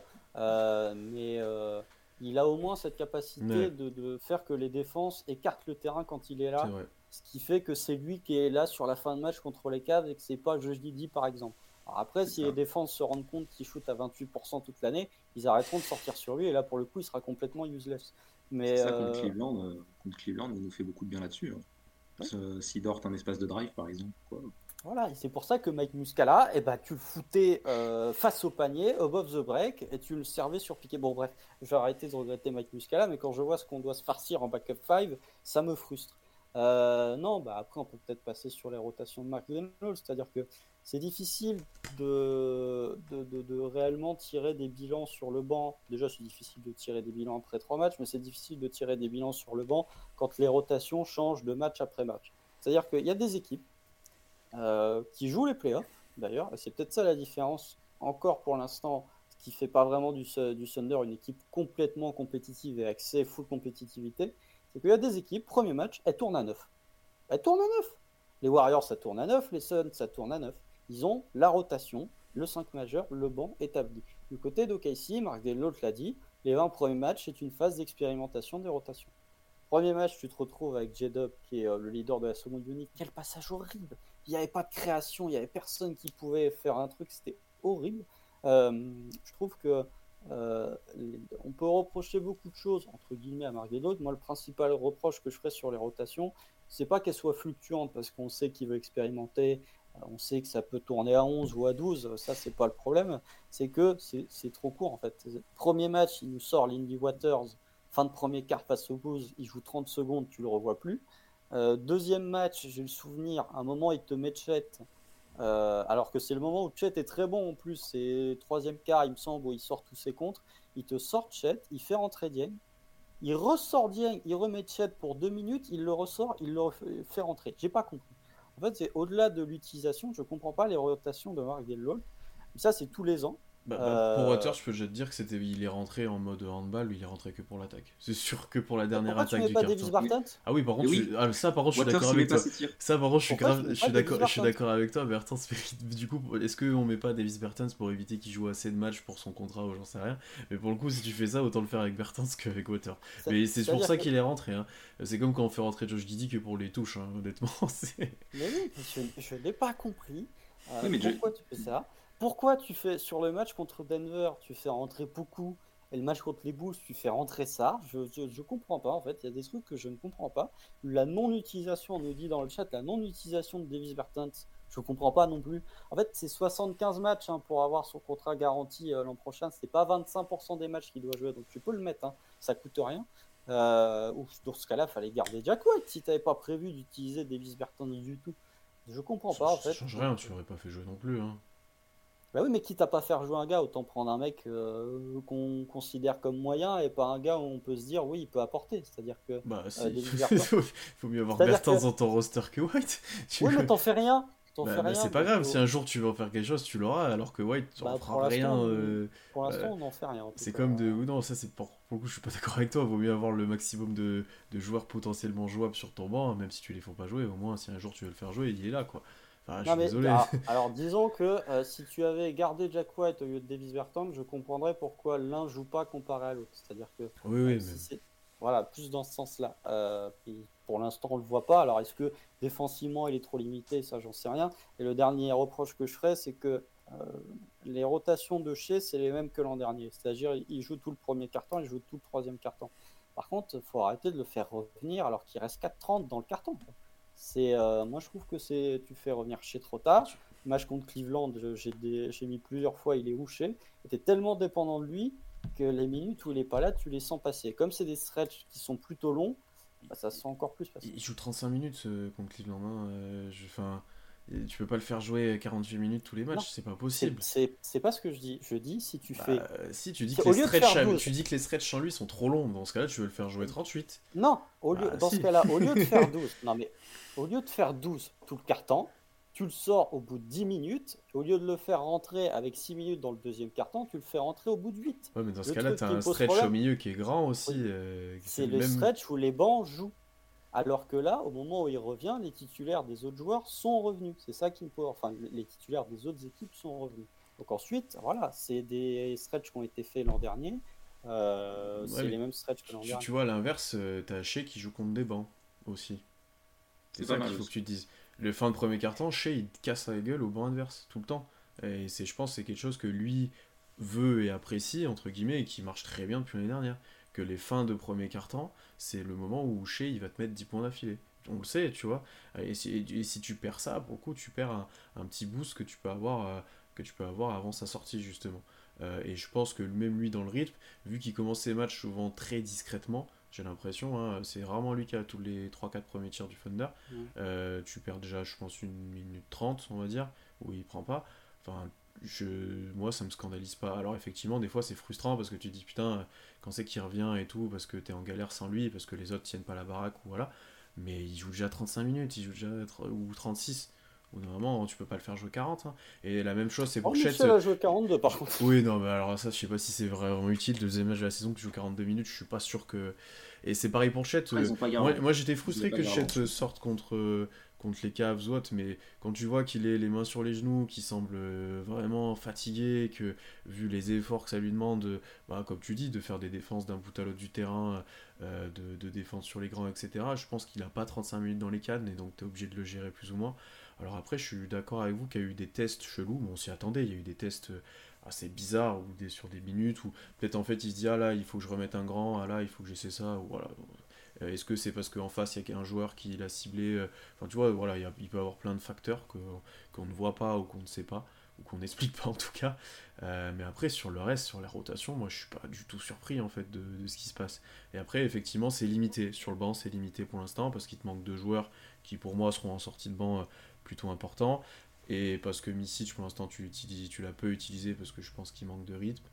B: Mais il a au moins cette capacité
A: Ouais,
B: de faire que les défenses écartent le terrain quand il est
A: c'est
B: là,
A: vrai.
B: ce qui fait que c'est lui qui est là sur la fin de match contre les Cavs et que c'est pas Josh Giddey par exemple. Alors après,
C: C'est
B: si les
C: ça.
B: défenses se rendent compte qu'il shoot à 28% toute l'année, ils arrêteront de sortir sur lui et là pour le coup, il sera complètement useless.
C: C'est
B: Mais
C: ça contre Cleveland, il nous fait beaucoup de bien là-dessus, hein.
B: oui.
C: S'il dort un espace de drive, par exemple, quoi.
B: Voilà, et c'est pour ça que Mike Muscala, eh ben, tu le foutais face au panier, above the break, et tu le servais sur piqué. Bon, bref, je vais arrêter de regretter Mike Muscala, mais quand je vois ce qu'on doit se farcir en backup 5, ça me frustre. Non, bah après on peut peut-être passer sur les rotations de Mark Reynolds, c'est-à-dire que c'est difficile de réellement tirer des bilans sur le banc. Déjà, c'est difficile de tirer des bilans après 3 matchs, mais c'est difficile de tirer des bilans sur le banc quand les rotations changent de match après match. C'est-à-dire qu'il y a des équipes qui jouent les playoffs, d'ailleurs, et c'est peut-être ça la différence, encore pour l'instant, ce qui fait pas vraiment du Thunder une équipe complètement compétitive et accès full compétitivité, c'est qu'il y a des équipes, premier match, elles tournent à 9. Elles tournent à 9. Les Warriors, ça tourne à 9, les Suns, ça tourne à 9. Ils ont la rotation, le 5 majeur, le banc établi. Du côté d'OKC, Mark Delholt l'a dit, les 20 premiers matchs, c'est une phase d'expérimentation des rotations. Premier match, tu te retrouves avec J-Dub, qui est le leader de la seconde unité. Quel passage horrible! Il n'y avait pas de création, il n'y avait personne qui pouvait faire un truc, c'était horrible. Je trouve que on peut reprocher beaucoup de choses, entre guillemets, à Marguerite. Moi, le principal reproche que je ferais sur les rotations, c'est pas qu'elles soient fluctuantes, parce qu'on sait qu'il veut expérimenter, on sait que ça peut tourner à 11 ou à 12, ça, c'est pas le problème. C'est que c'est trop court, en fait. Premier match, il nous sort Lindy Waters, fin de premier quart face aux Bulls, il joue 30 secondes, tu le revois plus. Deuxième match, j'ai le souvenir, à un moment, il te met Chet, alors que c'est le moment où Chet est très bon en plus. C'est troisième quart, il me semble, où il sort tous ses contres. Il te sort Chet, il fait rentrer Dieng, il ressort Dieng, il remet Chet pour 2 minutes, il le ressort, il le fait rentrer. J'ai pas compris. En fait, c'est au-delà de l'utilisation, je comprends pas les rotations de Mark Delholt. Ça, c'est tous les ans.
A: Pour Waters, je peux déjà te dire que il est rentré en mode handball, il est rentré que pour l'attaque. C'est sûr que pour la dernière
B: Pourquoi tu
A: attaque
B: mets
A: du
B: pas
A: carton.
B: Davis Barton?
A: Ah oui, par contre, ça, par contre, je suis
C: Waters,
A: d'accord
C: il met
A: avec
C: pas
A: toi.
C: ses tirs.
A: Ça, par contre, je suis
B: Pourquoi tu
A: grave,
B: mets
A: je
B: pas
A: suis
B: Davis
A: d'accord, je suis
B: Bertans?
A: d'accord avec toi. Bertans, du coup, est-ce qu'on met pas Davis Bertans pour éviter qu'il joue assez de matchs pour son contrat ou j'en sais rien. Mais pour le coup, si tu fais ça, autant le faire avec Bertans qu'avec Waters. Mais c'est pour
B: C'est-à-dire
A: ça
B: que...
A: qu'il est rentré. Hein. C'est comme quand on fait rentrer Josh Giddey que pour les touches, hein, honnêtement.
B: Mais oui, je n'ai pas compris
C: Oui, mais
B: pourquoi tu fais ça. Pourquoi tu fais sur le match contre Denver, tu fais rentrer beaucoup, et le match contre les Bulls, tu fais rentrer ça. Je comprends pas en fait. Il y a des trucs que je ne comprends pas. La non-utilisation, on nous dit dans le chat, la non-utilisation de Davis Bertans, je comprends pas non plus. En fait, c'est 75 matchs hein, pour avoir son contrat garanti l'an prochain. C'est pas 25% des matchs qu'il doit jouer, donc tu peux le mettre. Hein, ça coûte rien. Ou dans ce cas-là, il fallait garder Jack White si tu n'avais pas prévu d'utiliser Davis Bertans du tout. Je comprends pas en
A: Ça
B: fait.
A: change rien, tu l'aurais pas fait jouer non plus. Hein.
B: Bah oui, mais quitte à pas faire jouer un gars, autant prendre un mec qu'on considère comme moyen et pas un gars où on peut se dire oui, il peut apporter. C'est-à-dire que
A: Bah si,
B: Davis Bertans.
A: faut mieux avoir
B: C'est-à-dire
A: Bertans
B: que
A: dans ton roster que White.
B: oui, mais t'en fais rien. T'en fais
A: Bah,
B: rien.
A: c'est pas
B: Donc,
A: grave, si un jour tu veux en faire quelque chose, tu l'auras, alors que White, tu en
B: bah,
A: feras rien.
B: pour
A: Bah,
B: l'instant, on n'en fait rien en tout
A: c'est
B: cas.
A: comme de. Ou non, ça c'est pour le coup, je suis pas d'accord avec toi. Vaut mieux avoir le maximum de joueurs potentiellement jouables sur ton banc, hein, même si tu les fais pas jouer. Au moins, si un jour tu veux le faire jouer, il est là, quoi. Enfin, je
B: Non
A: suis
B: mais
A: désolé.
B: alors, disons que si tu avais gardé Jack White au lieu de Davis Bertans, je comprendrais pourquoi l'un joue pas comparé à l'autre. C'est-à-dire que
A: Oui, oui, mais.
B: si c'est voilà plus dans ce sens-là. Puis pour l'instant on le voit pas. Alors est-ce que défensivement il est trop limité? Ça j'en sais rien. Et le dernier reproche que je ferais, c'est que les rotations de Shea c'est les mêmes que l'an dernier. C'est-à-dire il joue tout le premier quart-temps, il joue tout le troisième quart-temps. Par contre, il faut arrêter de le faire revenir alors qu'il reste 4,30 dans le carton. Moi je trouve que tu fais revenir chez trop tard. Match contre Cleveland, j'ai mis plusieurs fois, il est rouché. Tu es tellement dépendant de lui que les minutes où il est pas là, tu les sens passer. Comme c'est des stretches qui sont plutôt longs, bah, ça se sent encore plus passer.
A: Il joue 35 minutes contre Cleveland. Hein, enfin, tu peux pas le faire jouer 48 minutes tous les
B: Non,
A: matchs, c'est pas possible.
B: c'est pas ce que je dis. Je dis si tu fais.
A: Si tu dis
B: Si,
A: que
B: au lieu de faire 12,
A: tu dis que les stretches en lui sont trop longs, dans ce cas-là, tu veux le faire jouer 38.
B: non,
A: Bah
B: dans ce
A: si.
B: cas-là, au lieu de faire 12, non mais au lieu de faire 12 tout le carton, tu le sors au bout de 10 minutes. Au lieu de le faire rentrer avec 6 minutes dans le deuxième carton, tu le fais rentrer au bout de 8.
A: Ouais, mais dans ce
B: Le
A: cas-là,
B: truc
A: t'as
B: qui me
A: un
B: pose
A: stretch au
B: problème,
A: milieu qui est grand aussi.
B: oui,
A: C'est
B: c'est
A: le
B: le
A: même.
B: stretch où les bancs jouent. Alors que là, au moment où il revient, les titulaires des autres joueurs sont revenus. C'est ça qui me pose. Enfin, les titulaires des autres équipes sont revenus. Donc ensuite, voilà, c'est des stretches qui ont été faits l'an dernier.
A: Ouais,
B: C'est
A: mais
B: les mêmes stretches que l'an
A: tu
B: dernier.
A: vois, à l'inverse, t'as Shea qui joue contre des bancs aussi. C'est
C: C'est pas
A: ça qu'il
C: mal
A: faut que
C: aussi.
A: tu te dises. Le fin de premier quart-temps, Shea il te casse la gueule au banc adverse tout le temps. Et je pense que c'est quelque chose que lui veut et apprécie, entre guillemets, et qui marche très bien depuis l'année dernière. Que les fins de premier quart-temps, c'est le moment où Shea il va te mettre 10 points d'affilée. On le sait, tu vois. Et si tu perds ça, pour le coup, tu perds un petit boost que tu peux avoir avant sa sortie, justement. Et je pense que même lui, dans le rythme, vu qu'il commence ses matchs souvent très discrètement, j'ai l'impression. Hein. C'est rarement lui qui a tous les 3-4 premiers tirs du Thunder. Tu perds déjà, je pense, 1 minute 30, on va dire, où il prend pas. Enfin, moi, ça me scandalise pas. Alors, effectivement, des fois, c'est frustrant parce que tu te dis, putain, quand c'est qu'il revient et tout, parce que t'es en galère sans lui, parce que les autres tiennent pas la baraque, ou voilà. Mais il joue déjà 35 minutes, il joue déjà ou 36. Au bout d'un moment, tu peux pas le faire jouer 40. Hein. Et la même chose, c'est pour Chet.
B: Michel a joué 42 par contre.
A: Oui, non, mais alors ça, je sais pas si c'est vraiment utile. Le deuxième match de la saison que tu joues 42 minutes, je suis pas sûr que. Et c'est pareil pour Chet. Moi, j'étais frustré que Chet sorte contre les Cavs ou autre, mais quand tu vois qu'il est les mains sur les genoux, qu'il semble vraiment fatigué, que vu les efforts que ça lui demande, comme tu dis, de faire des défenses d'un bout à l'autre du terrain, de défense sur les grands, etc., je pense qu'il a pas 35 minutes dans les cannes, et donc tu es obligé de le gérer plus ou moins. Alors après, je suis d'accord avec vous qu'il y a eu des tests chelous, mais on s'y attendait, il y a eu des tests assez bizarres, ou sur des minutes, où peut-être en fait il se dit, ah là, il faut que je remette un grand, ah là, il faut que j'essaie ça, ou voilà. Est-ce que c'est parce qu'en face il y a un joueur qui l'a ciblé Enfin, tu vois, voilà, il peut y avoir plein de facteurs qu'on ne voit pas ou qu'on ne sait pas, ou qu'on n'explique pas en tout cas. Mais après, sur le reste, sur la rotation, moi je suis pas du tout surpris en fait de ce qui se passe. Et après, effectivement, c'est limité. Sur le banc, c'est limité pour l'instant parce qu'il te manque 2 joueurs qui pour moi seront en sortie de banc plutôt importants. Et parce que Misic, pour l'instant, tu l'as peu utilisé parce que je pense qu'il manque de rythme.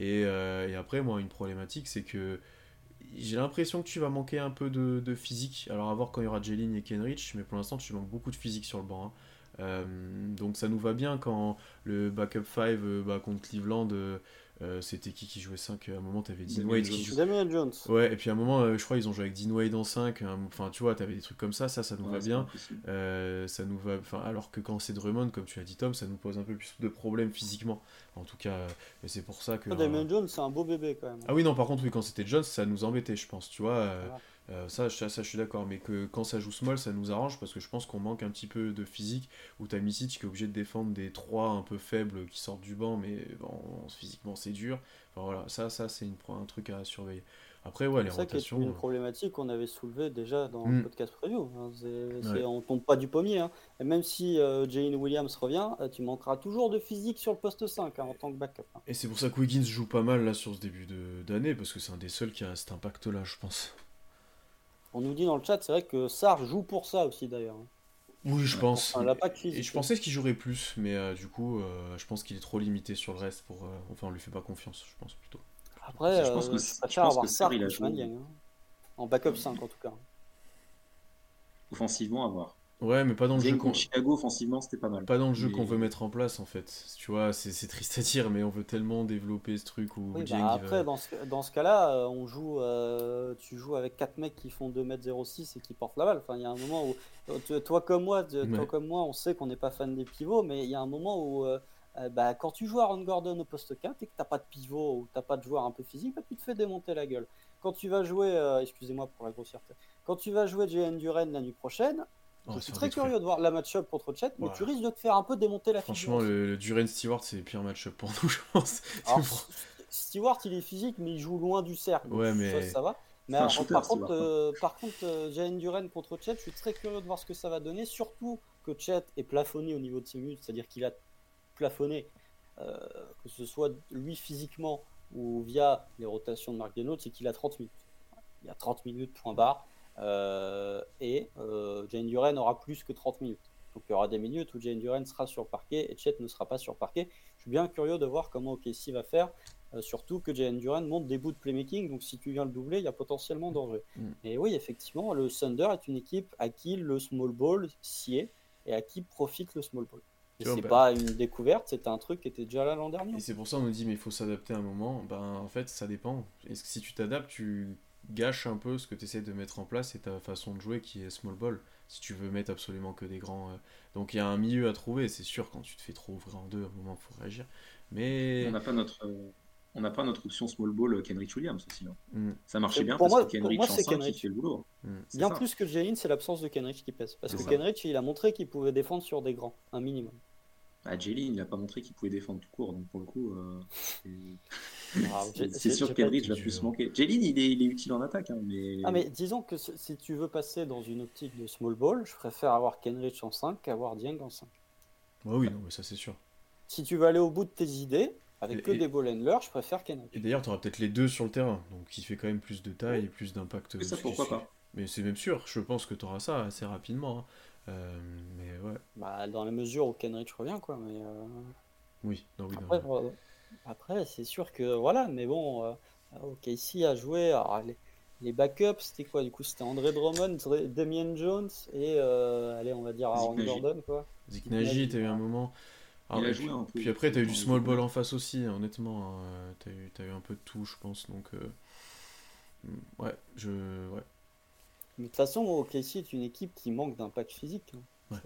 A: Et après, moi, une problématique, c'est que j'ai l'impression que tu vas manquer un peu de physique. Alors à voir quand il y aura Jalen et Kenrich, mais pour l'instant tu manques beaucoup de physique sur le banc. Hein. Donc ça nous va bien quand le backup 5 contre Cleveland, c'était qui jouait 5 à un moment, t'avais Dean Wade qui jouait.
B: Damian Jones.
A: Ouais, et puis à un moment, je crois ils ont joué avec Dean Wade en 5. Enfin, tu vois, t'avais des trucs comme ça nous va bien. Ça nous va. Enfin, alors que quand c'est Drummond, comme tu l'as dit Tom, ça nous pose un peu plus de problèmes physiquement. En tout cas, c'est pour ça que.
B: Damian Jones, c'est un beau bébé quand même.
A: Ah oui, non, par contre, oui, quand c'était Jones, ça nous embêtait, je pense, tu vois.
B: Voilà.
A: Ça, je suis d'accord, mais que quand ça joue small, ça nous arrange parce que je pense qu'on manque un petit peu de physique. Où t'as Misic qui est obligé de défendre des 3 un peu faibles qui sortent du banc, mais bon, physiquement c'est dur. Enfin voilà, ça c'est un truc à surveiller. Après, ouais, les rotations.
B: C'est une problématique qu'on avait soulevée déjà dans le podcast preview. Hein.
A: Ouais.
B: On tombe pas du pommier. Hein. Et même si Jalen Williams revient, tu manqueras toujours de physique sur le poste 5 en tant que backup. Hein.
A: Et c'est pour ça que Wiggins joue pas mal là sur ce début d'année parce que c'est un des seuls qui a cet impact-là, je pense.
B: On nous dit dans le chat, c'est vrai que Sarr joue pour ça aussi d'ailleurs.
A: Oui, je pense.
B: Et
A: je pensais qu'il jouerait plus, mais du coup, je pense qu'il est trop limité sur le reste pour. Enfin, on lui fait pas confiance, je pense plutôt.
B: Après, je préfère avoir Sarr que Schmandiang, hein. En backup 5 en tout cas.
C: Offensivement, à voir.
A: Ouais, mais pas dans le jeu
C: contre Chicago, offensivement, c'était pas mal.
A: Pas dans le jeu qu'on veut mettre en place, en fait. Tu vois, c'est triste à dire, mais on veut tellement développer ce truc où
B: oui, après, dans ce cas-là, on joue, tu joues avec 4 mecs qui font 2m06 et qui portent la balle. Enfin, il y a un moment où, toi comme moi, on sait qu'on n'est pas fan des pivots, mais il y a un moment où, quand tu joues Aaron Gordon au poste 4 et que tu n'as pas de pivot ou tu n'as pas de joueur un peu physique, tu te fais démonter la gueule. Quand tu vas jouer, excusez-moi pour la grossièreté, quand tu vas jouer Jalen Duren la nuit prochaine, je suis très curieux de voir la match-up contre Chet, mais tu risques de te faire un peu démonter la figure.
A: Franchement, le Duren-Stewart, c'est le pire match-up pour nous, je pense.
B: Alors, Stewart, il est physique, mais il joue loin du cercle.
A: Ouais, mais
B: ça va. Mais alors, par contre, Jalen Duren contre Chet, je suis très curieux de voir ce que ça va donner, surtout que Chet est plafonné au niveau de ses minutes, c'est-à-dire qu'il a plafonné, que ce soit lui physiquement ou via les rotations de Mark Denote, c'est qu'il a 30 minutes. Il y a 30 minutes, point barre. Jalen Duren aura plus que 30 minutes. Donc il y aura des minutes où Jalen Duren sera sur parquet et Chet ne sera pas sur parquet. Je suis bien curieux de voir comment OKC va faire, surtout que Jalen Duren monte des bouts de playmaking, donc si tu viens le doubler, il y a potentiellement danger. Et oui, effectivement, le Thunder est une équipe à qui le small ball sied et à qui profite le small ball. Et c'est pas une découverte, c'était un truc qui était déjà là l'an dernier.
A: Et c'est pour ça qu'on nous dit, mais il faut s'adapter à un moment. En fait, ça dépend. Est-ce que si tu t'adaptes, tu gâches un peu ce que tu essaies de mettre en place et ta façon de jouer qui est small ball, si tu veux mettre absolument que des grands. Donc il y a un milieu à trouver, c'est sûr, quand tu te fais trop ouvrir en deux, à un moment il faut réagir. Mais.
C: On n'a pas notre option small ball Kenrich Williams aussi. Hein. Ça marchait bien
B: parce
C: que Kenrich en 5 il fait le boulot.
B: Bien plus que Jalen, c'est l'absence de Kenrich qui pèse. Parce que Kenrich, il a montré qu'il pouvait défendre sur des grands, un minimum.
C: Jalen, il n'a pas montré qu'il pouvait défendre tout court, donc pour le coup, c'est sûr que Kenrich va plus manquer. Jalen, il est utile en attaque. Hein,
B: mais disons que si tu veux passer dans une optique de small ball, je préfère avoir Kenrich en 5 qu'avoir Dieng en 5.
A: Oui, non, mais ça c'est sûr.
B: Si tu veux aller au bout de tes idées, Avec que
A: Et,
B: des ball handlers, je préfère
A: et
B: Kenrich.
A: d'ailleurs, tu auras peut-être les deux sur le terrain, donc qui fait quand même plus de taille
B: Oui,
A: et plus d'impact.
C: Et ça, pourquoi pas?
A: Mais c'est même sûr, je pense que tu auras ça assez rapidement, hein. Mais ouais,
B: bah, dans la mesure où Kenrich revient, quoi. Mais
A: oui, non, oui, non,
B: après, après c'est sûr que voilà, mais bon, OKC a joué. Alors, les backups, c'était quoi du coup? C'était André Drummond, Damian Jones et allez, on va dire
C: Zik
B: Aaron
C: Nagy.
B: Gordon, quoi.
A: Zik
B: Zeke
A: Nagy,
B: Nagy,
A: t'as eu un
B: voilà.
A: moment.
C: Il
A: Et
C: a
A: puis,
C: joué un peu
A: puis après, t'as eu du
C: dans les
A: small ball
C: openers.
A: en face aussi, hein, honnêtement, hein. T'as eu un peu de tout, je pense. Donc, ouais, ouais,
B: Mais de toute façon, OKC est une équipe qui manque d'impact physique, hein.
A: ouais.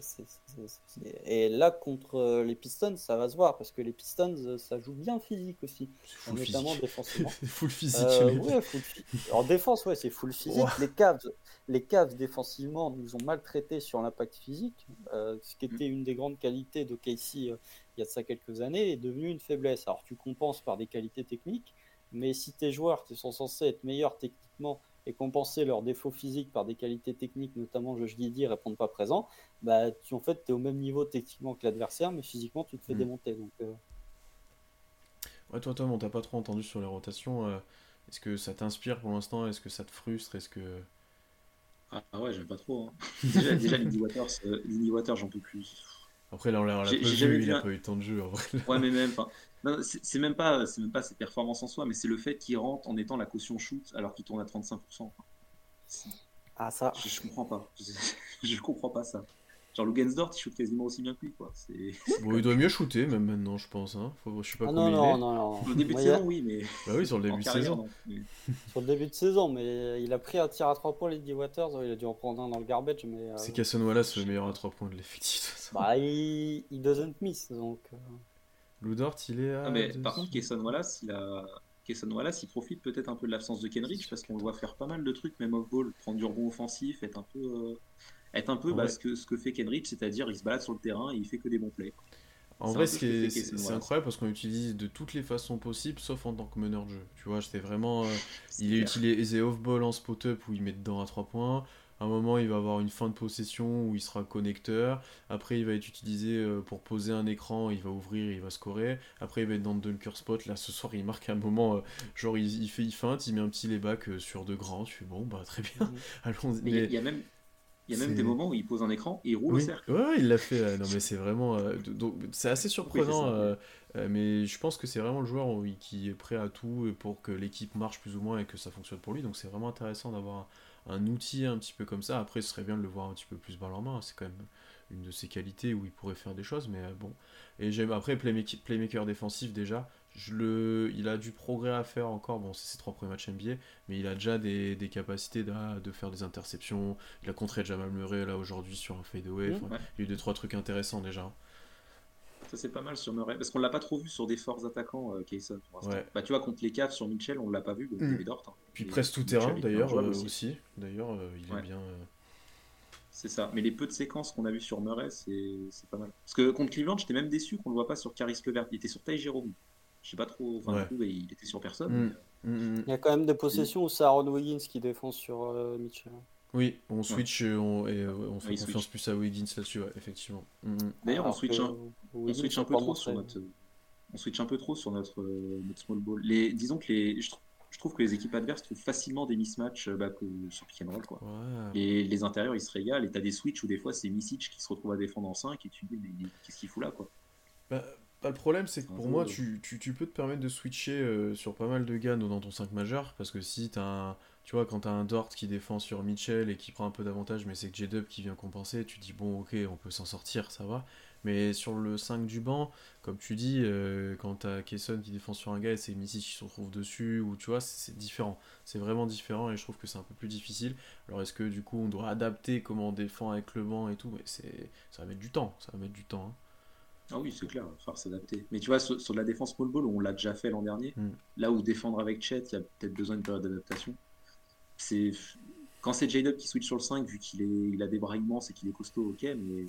B: Et là, contre les Pistons, ça va se voir, parce que les Pistons, ça joue bien physique aussi,
A: C'est full
B: notamment
A: physique.
B: défensivement.
A: Full physique, les
B: Ouais, en défense, ouais, c'est full physique.
A: Ouah.
B: Les Cavs défensivement nous ont maltraités sur l'impact physique, ce qui
C: Mm.
B: était une des grandes qualités de Casey il y a de ça quelques années, est devenu une faiblesse. Alors tu compenses par des qualités techniques, mais si tes joueurs qui sont censés être meilleurs techniquement et compenser leurs défauts physiques par des qualités techniques, notamment, je l'ai dit, répondent pas présents, bah en fait, tu es au même niveau techniquement que l'adversaire, mais physiquement, tu te fais
A: Hmm.
B: démonter. Donc,
A: Ouais, toi, Tom, on t'a pas trop entendu sur les rotations. Est-ce que ça t'inspire pour l'instant? Est-ce que ça te frustre? Est-ce que.
C: Ah ouais, j'aime pas trop, hein. Déjà Lindy Waters, j'en peux plus.
A: Après, là, on l'a pas
C: J'ai jamais
A: vu, il
C: vu
A: a
C: un.
A: pas eu tant de jeu, en vrai.
C: Ouais, mais même, enfin, non, c'est même pas ses performances en soi, mais c'est le fait qu'il rentre en étant la caution shoot alors qu'il tourne à 35%. Enfin, c'est-
B: ah, ça.
C: je comprends pas. Je comprends pas ça. Genre, Lugensdort, il shoot quasiment aussi bien que lui, quoi. C'est
A: Bon,
C: quand
A: il
C: même
A: doit mieux
C: curieux.
A: shooter, même maintenant, je pense, hein. Je sais pas
B: Ah non,
A: combien il
B: non,
A: est.
B: non, non.
C: Au début de
B: Moi,
C: saison, oui, mais
A: Bah oui, sur le
C: en
A: début de
C: carrière,
A: saison.
C: non.
B: sur le début de saison, mais il a pris un tir à 3 points, Lady Waters. Il a dû en prendre un dans le garbage, mais
A: C'est Casson Wallace
C: Je
A: le
C: sais
A: meilleur à
C: pas.
A: 3 points de l'effectif, de toute façon.
B: bah, il doesn't miss. Donc,
A: Lou Dort, il est
C: Ah,
A: à
C: mais
A: 2.
C: par contre, Cason Wallace, il profite peut-être un peu de l'absence de
A: C'est
C: Kenrich
A: sur
C: parce qu'on le
A: 14.
C: voit faire pas mal de trucs, même off-ball, prendre du rebond offensif, être un peu
A: En vrai,
C: ce que fait Kenrich, c'est-à-dire il se balade sur le terrain et il fait que des bons plays.
A: En
C: C'est
A: vrai,
C: un peu ce que fait Cason
A: c'est
C: Wallace.
A: incroyable parce qu'on l'utilise de toutes les façons possibles, sauf en tant que meneur de jeu. Tu vois, c'est vraiment.
C: C'est
A: Il est
C: clair.
A: utilisé off-ball en spot-up où il met dedans à 3 points. À un moment, il va avoir une fin de possession où il sera connecteur. Après, il va être utilisé pour poser un écran, il va ouvrir, il va scorer. Après, il va être dans le dunker spot. Là, ce soir, il marque à un moment, genre, il feinte, il met un petit layback sur de grands. Tu fais bon, bah très bien,
B: mhm.
A: allons.
C: Mais
A: Mais
C: il y a même des
A: c'est.
C: moments où il pose un écran et il roule au
A: Oui,
C: cercle.
A: ouais, ouais, il l'a fait. Non, mais c'est vraiment. Donc, c'est assez
C: Pourquoi il fait
A: surprenant,
C: ça?
A: mais je pense que c'est vraiment le joueur qui est prêt à tout pour que l'équipe marche plus ou moins et que ça fonctionne pour lui. Donc, c'est vraiment intéressant d'avoir un outil un petit peu comme ça. Après, ce serait bien de le voir un petit peu plus balle en main. C'est quand même une de ses qualités où il pourrait faire des choses, mais bon. Et j'aime après playmaker défensif déjà. Il a du progrès à faire encore. Bon, c'est ses 3 premiers matchs NBA, mais il a déjà des capacités de faire des interceptions. Il a contré Jamal Murray là aujourd'hui sur un fadeaway. Enfin,
B: Mhm.
C: Ouais,
A: il y a eu 2 3 trucs intéressants déjà.
C: ça c'est pas mal sur Murray. Parce qu'on l'a pas trop vu sur des forts attaquants, Kayson, pour l'instant.
A: Ouais.
C: Bah, tu vois, contre les Cavs sur Mitchell, on l'a pas vu, il y
A: Mm.
C: avait Dort, hein.
A: Puis
C: Mais
A: presque tout terrain
C: Mitchell était
A: d'ailleurs
C: injouable aussi.
A: aussi. D'ailleurs, il est
C: Ouais.
A: bien.
C: C'est ça. Mais les peu de séquences qu'on a vues sur Murray, c'est pas mal. Parce que contre Cleveland, j'étais même déçu qu'on le voit pas sur Caris Levert. Il était sur Ty Jerome. Je sais pas trop. Enfin, du
A: Ouais.
C: coup, bah, il était sur personne.
A: Mm. Mm, mm.
B: Il y a quand même des
C: Mais,
B: possessions où c'est Aaron Wiggins qui défend sur Mitchell.
A: Oui, on
C: ouais,
A: switch on fait
C: il
A: confiance
C: switch.
A: plus à Wiggins là-dessus, ouais, effectivement. Mm, mm.
C: D'ailleurs,
B: Alors que
C: on
B: Wiggins
C: switch un
B: n'a
C: peu
B: pas
C: trop sur
B: montré.
C: notre. On switch un peu trop sur notre small ball. Disons que je trouve que les équipes adverses trouvent facilement des mismatchs sur pick and roll, quoi.
A: Ouais.
C: Les intérieurs, ils se régalent. Et t'as des switches où des fois, c'est Misic qui se retrouve à défendre en 5 et tu te dis, mais qu'est-ce qu'il fout là, quoi.
A: Bah, le problème, c'est
C: C'est
A: que
C: un
A: pour moi,
C: peu.
A: tu peux te permettre de switcher sur pas mal de gars dans ton 5 majeur, parce que si t'as un. Tu vois, quand t'as un Dort qui défend sur Mitchell et qui prend un peu d'avantage, mais c'est que J-Dub qui vient compenser, tu dis bon, ok, on peut s'en sortir, ça va. Mais sur le 5 du banc, comme tu dis, quand t'as Kesson qui défend sur un gars et c'est Missy qui se retrouve dessus, ou tu vois, c'est différent. C'est vraiment différent et je trouve que c'est un peu plus difficile. Alors est-ce que du coup on doit adapter comment on défend avec le banc et tout, mais ça va mettre du temps, ça va mettre du temps,
C: Ah oui, c'est clair, il va falloir s'adapter. Mais tu vois, sur de la défense small ball, on l'a déjà fait l'an dernier.
A: hein.
C: Là où défendre avec Chet, il y a peut-être besoin d'une période d'adaptation. C'est quand c'est J-Dub qui switch sur le 5, vu il a des bras immenses et qu'il est costaud, ok, mais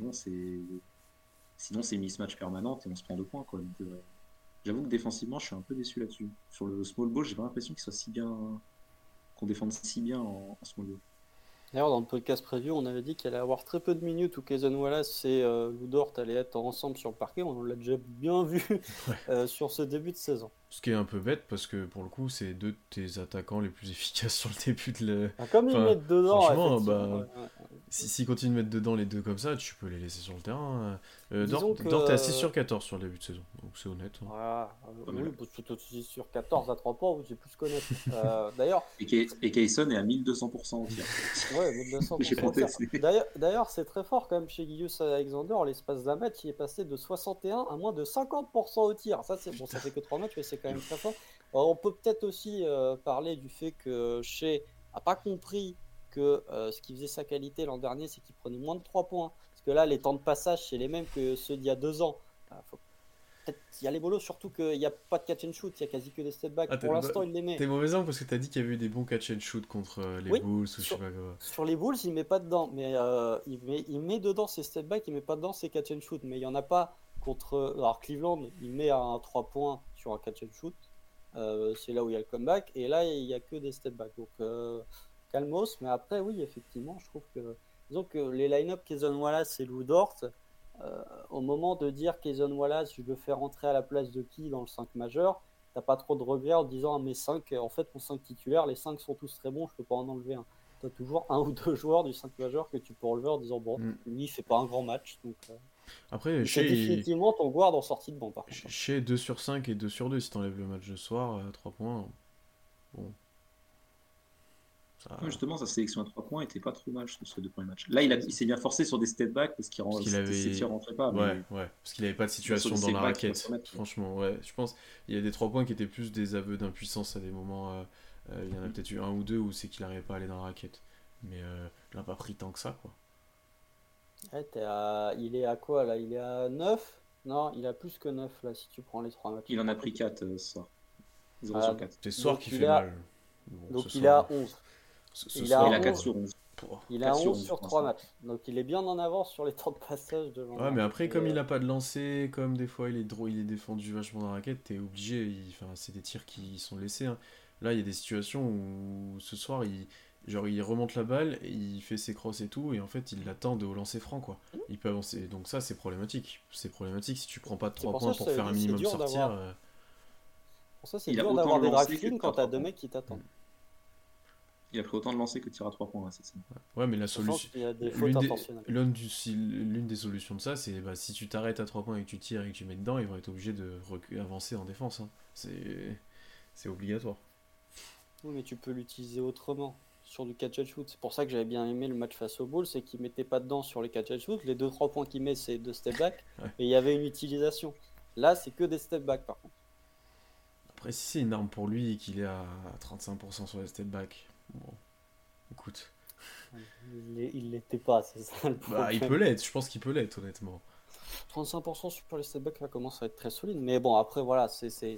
C: sinon c'est mismatch permanente et on se prend 2 points, quoi. Donc, j'avoue que défensivement, je suis un peu déçu là-dessus. Sur le small ball, j'ai pas l'impression qu'il soit si bien qu'on défende si bien en small ball.
B: D'ailleurs, dans le podcast prévu, on avait dit qu'il allait avoir très peu de minutes où Cason Wallace et Lou Dort allaient être ensemble sur le parquet. On l'a déjà bien vu sur ce début de saison.
A: Ce qui est un peu bête parce que pour le coup, c'est deux de tes attaquants les plus efficaces sur le début de le.
B: Comme ils
A: Enfin,
B: mettent dedans,
A: franchement,
B: effectivement.
A: bah, s'ils continuent de mettre dedans les deux comme ça, tu peux les laisser sur le terrain.
B: Disons
A: Dort est à 6
B: que.
A: sur 14 sur le début de saison, donc c'est honnête. Hein.
B: Voilà.
C: Pas mal.
B: Oui, c'est aussi sur 14 à 3 points, c'est plus connaître. D'ailleurs,
C: Et Kayson est à 1200% au tir.
B: ouais, 1200
C: J'ai
B: pour
C: compté.
B: sortir. D'ailleurs, c'est très fort quand même chez Gilgeous Alexander. L'espace d'un match, il est passé de 61 à moins de 50% au tir. Ça, c'est bon, ça fait que 3 matchs, mais c'est quand même très fort. Alors, on peut peut-être aussi parler du fait que Shea n'a pas compris que ce qui faisait sa qualité l'an dernier, c'est qu'il prenait moins de 3 points. Parce que là, les temps de passage, c'est les mêmes que ceux d'il y a 2 ans. Faut peut-être y aller mollo, surtout qu'il n'y a pas de catch and shoot, il y a quasi que des step back.
A: Ah,
B: Pour l'instant, il les met.
A: T'es mauvais angle parce que t'as dit qu'il y avait eu des bons catch and shoot contre les
B: Oui,
A: Bulls ou je sais pas quoi.
B: sur les Bulls, il met pas dedans, mais il met dedans ses step back, il met pas dedans ses catch and shoot, mais il y en a pas contre. Alors Cleveland, il met un 3 points sur un catch and shoot, c'est là où il y a le comeback, et là il y a que des step back, donc calmos, mais après oui, effectivement, je trouve que disons que les line-up Cason Wallace et Lou Dort, au moment de dire Cason Wallace, je le fais rentrer à la place de qui dans le 5 majeur, t'as pas trop de regrets en disant mes 5, en fait mon 5 titulaire, les 5 sont tous très bons, je peux pas en enlever un. T'as toujours un ou deux joueurs du 5 majeur que tu peux enlever en disant bon, lui il fait pas un grand match, donc
A: Après,
B: c'est définitivement ton guard en sortie de banc par contre.
A: Chez 2 sur 5 et 2 sur 2 si t'enlèves le match de soir, 3 points. Bon. Ça...
C: Justement, sa sélection à 3 points était pas trop mal, je trouve, sur les deux premiers matchs. Là, il s'est bien forcé sur des step back parce
A: qu'il avait...
C: ses tirs rentraient pas.
A: Ouais, ouais, parce qu'il avait pas de situation dans la raquette. Franchement, ouais. Je pense il y a des 3 points qui étaient plus des aveux d'impuissance à des moments. Il y en a peut-être eu un ou deux où c'est qu'il n'arrivait pas à aller dans la raquette. Mais il n'a pas pris tant que ça, quoi.
B: Ouais, il est à quoi là? Il est à 9? Non, il a plus que 9 là si tu prends les 3 matchs.
C: Il en a pris 4 ce soir. 0 sur 4.
A: C'est ce soir qui fait mal.
B: Bon, donc il est à 11.
C: Il a 4 sur 11.
B: Il a 11 sur 3 matchs. Donc il est bien en avance sur les temps de passage de
A: Ouais, mais après, comme il n'a pas de lancer, comme des fois il est défendu vachement dans la raquette, t'es obligé. Enfin, c'est des tirs qui sont laissés. Hein. Là, il y a des situations où ce soir, il remonte la balle, et il fait ses crosses et tout, et en fait, il l'attend de au lancer franc, quoi. Il peut avancer. Donc ça, c'est problématique. C'est problématique si tu prends pas de 3 points pour faire un minimum sortir.
B: Pour ça, c'est dur d'avoir des drag clean quand t'as 2 mecs qui t'attendent.
C: Il a pris autant de lancers que de tirs à 3 points cette semaine.
A: Ouais, mais la solution. L'une des solutions de ça, c'est si tu t'arrêtes à 3 points et que tu tires et que tu mets dedans, ils vont être obligés de avancer en défense. Hein. C'est obligatoire.
B: Oui, mais tu peux l'utiliser autrement sur du catch and shoot. C'est pour ça que j'avais bien aimé le match face au Bulls, c'est qu'il mettait pas dedans sur les catch and shoot. Les 2-3 points qu'il met, c'est de step back.
A: Ouais.
B: Et il y avait une utilisation. Là, c'est que des step back par contre.
A: Après, si c'est une arme pour lui et qu'il est à 35% sur les step back, bon, écoute.
B: Il l'était pas, c'est ça le problème.
A: Bah, il peut l'être, je pense qu'il peut l'être, honnêtement.
B: 35% sur les step back, ça commence à être très solide. Mais bon, après, voilà,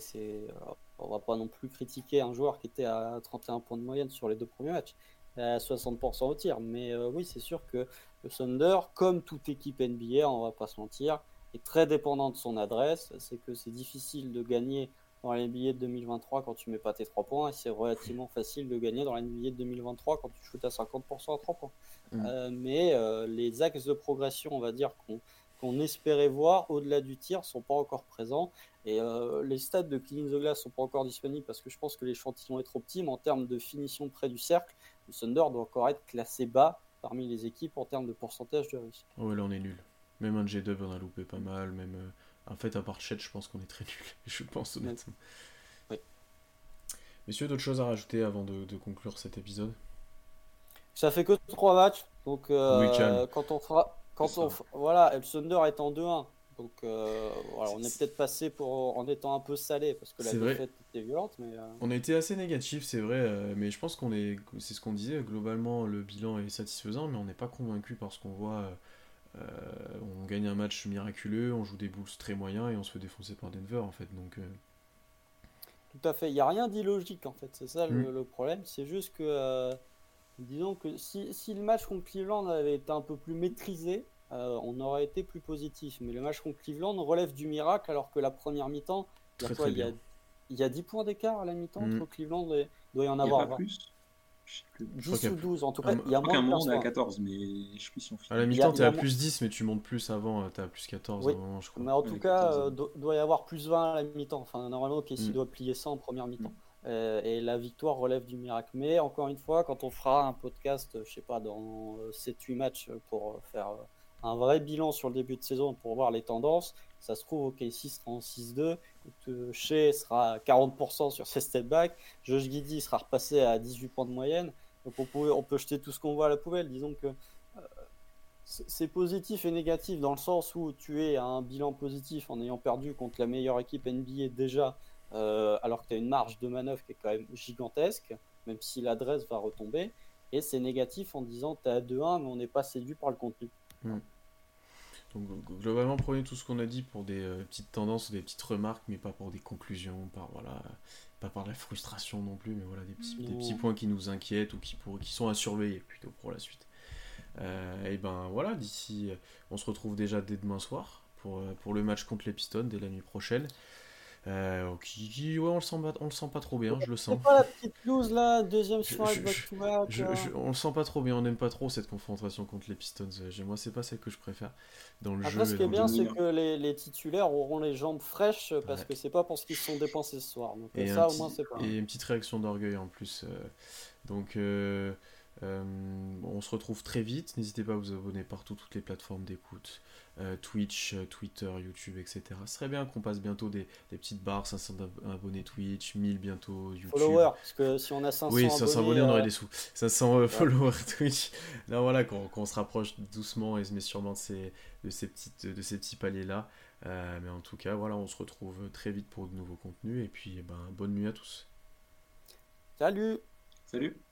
B: on va pas non plus critiquer un joueur qui était à 31 points de moyenne sur les 2 premiers matchs, à 60% au tir. Mais oui, c'est sûr que le Thunder, comme toute équipe NBA, on va pas se mentir, est très dépendant de son adresse. C'est que c'est difficile de gagner dans la NBA de 2023 quand tu mets pas tes 3 points, et c'est relativement facile de gagner dans la NBA de 2023 quand tu shootes à 50% à 3 points. Mais les axes de progression, on va dire, qu'on espérait voir au-delà du tir sont pas encore présents, et les stats de Clean the Glass sont pas encore disponibles parce que je pense que l'échantillon est trop petit, mais en termes de finition près du cercle, le Thunder doit encore être classé bas parmi les équipes en termes de pourcentage de réussite.
A: Ouais, là on est nul. Même un J-Dub on a loupé pas mal, même en fait à part Chet je pense qu'on est très nul, je pense honnêtement.
B: Oui.
A: Messieurs, d'autres choses à rajouter avant de conclure cet épisode?
B: Ça fait que 3 matchs, donc
A: oui,
B: voilà, le Thunder est en 2-1. Donc voilà, on est peut-être passé en étant un peu salé parce que la défaite était violente. Mais
A: on a été assez négatif, c'est vrai, mais je pense c'est ce qu'on disait, globalement le bilan est satisfaisant, mais on n'est pas convaincu parce qu'on voit, on gagne un match miraculeux, on joue des Bulls très moyens et on se fait défoncer par Denver en fait. Donc,
B: tout à fait, il n'y a rien d'illogique en fait, c'est ça le problème, c'est juste que disons que si le match contre Cleveland avait été un peu plus maîtrisé, on aurait été plus positif. Mais le match contre Cleveland relève du miracle, alors que la première mi-temps, il y a 10 points d'écart à la mi-temps entre Cleveland et... Il doit y en avoir 20.
C: Plus. Je sais plus.
A: Je crois
B: 10
A: qu'il y
B: ou
A: a
B: 12, en tout
A: Ah,
B: cas, il y a
C: Je crois qu'à
B: moins
C: un
B: de
C: moment, on est à
B: perso.
C: 14, mais je sais plus si on
A: à la
C: finit.
A: mi-temps,
B: Il
A: t'es
B: y
A: à
B: a
A: plus 10, mais tu montes plus avant, t'es à plus 14 à un
B: Oui,
A: moment, je crois.
B: mais en tout
C: Ouais,
B: cas,
C: 14.
B: doit y avoir plus 20 à la mi-temps. Enfin, normalement, KC
A: Mm.
B: doit plier ça en première
C: Mm.
B: mi-temps. Et la victoire relève du miracle. Mais encore une fois, quand on fera un podcast, je sais pas, dans 7-8 matchs pour faire un vrai bilan sur le début de saison pour voir les tendances, ça se trouve, KC sera en 6-2, Shea sera à 40% sur ses step back, Josh Giddey sera repassé à 18 points de moyenne. Donc on peut jeter tout ce qu'on voit à la poubelle. Disons que c'est positif et négatif dans le sens où tu es à un bilan positif en ayant perdu contre la meilleure équipe NBA déjà, alors que tu as une marge de manœuvre qui est quand même gigantesque, même si l'adresse va retomber. Et c'est négatif en disant tu es à 2-1, mais on n'est pas séduit par le contenu.
A: Mm. Donc globalement, prenez tout ce qu'on a dit pour des petites tendances ou des petites remarques, mais pas pour des conclusions, pas par la frustration non plus, mais voilà, des petits
B: Non.
A: points qui nous inquiètent ou qui sont à surveiller plutôt pour la suite. Et ben voilà, d'ici, on se retrouve déjà dès demain soir pour le match contre les Pistons dès la nuit prochaine. Ouais, on le sent pas trop bien, je le sens.
B: C'est pas la petite loose là, deuxième
A: Je,
B: soirée
A: je,
B: de
A: je,
B: back-to-back.
A: on le sent pas trop bien, on n'aime pas trop cette confrontation contre les Pistons. Moi, c'est pas celle que je préfère dans le
B: Après,
A: jeu
B: ce
A: et
B: qui est
A: dans
B: bien,
A: le.
B: c'est
C: Devenir.
B: que les titulaires auront les jambes fraîches parce
A: Ouais.
B: que c'est pas pour ce qu'ils se sont dépensés ce soir. Donc
A: Et,
B: ça, au moins, c'est pas.
A: et une petite réaction d'orgueil en plus. Donc, euh, on se retrouve très vite. N'hésitez pas à vous abonner partout, toutes les plateformes d'écoute. Twitch, Twitter, YouTube, etc. Ce serait bien qu'on passe bientôt des petites barres, 500 abonnés Twitch, 1000 bientôt YouTube.
B: Followers, parce que si on a
A: Oui,
B: 500
A: 500
B: abonnés,
A: abonnés, on aurait des sous. 500
B: voilà.
A: followers Twitch. Là, voilà, qu'on se rapproche doucement mais sûrement de ces petits paliers-là. Mais en tout cas, voilà, on se retrouve très vite pour de nouveaux contenus. Et puis, bonne nuit à tous.
B: Salut!
C: Salut!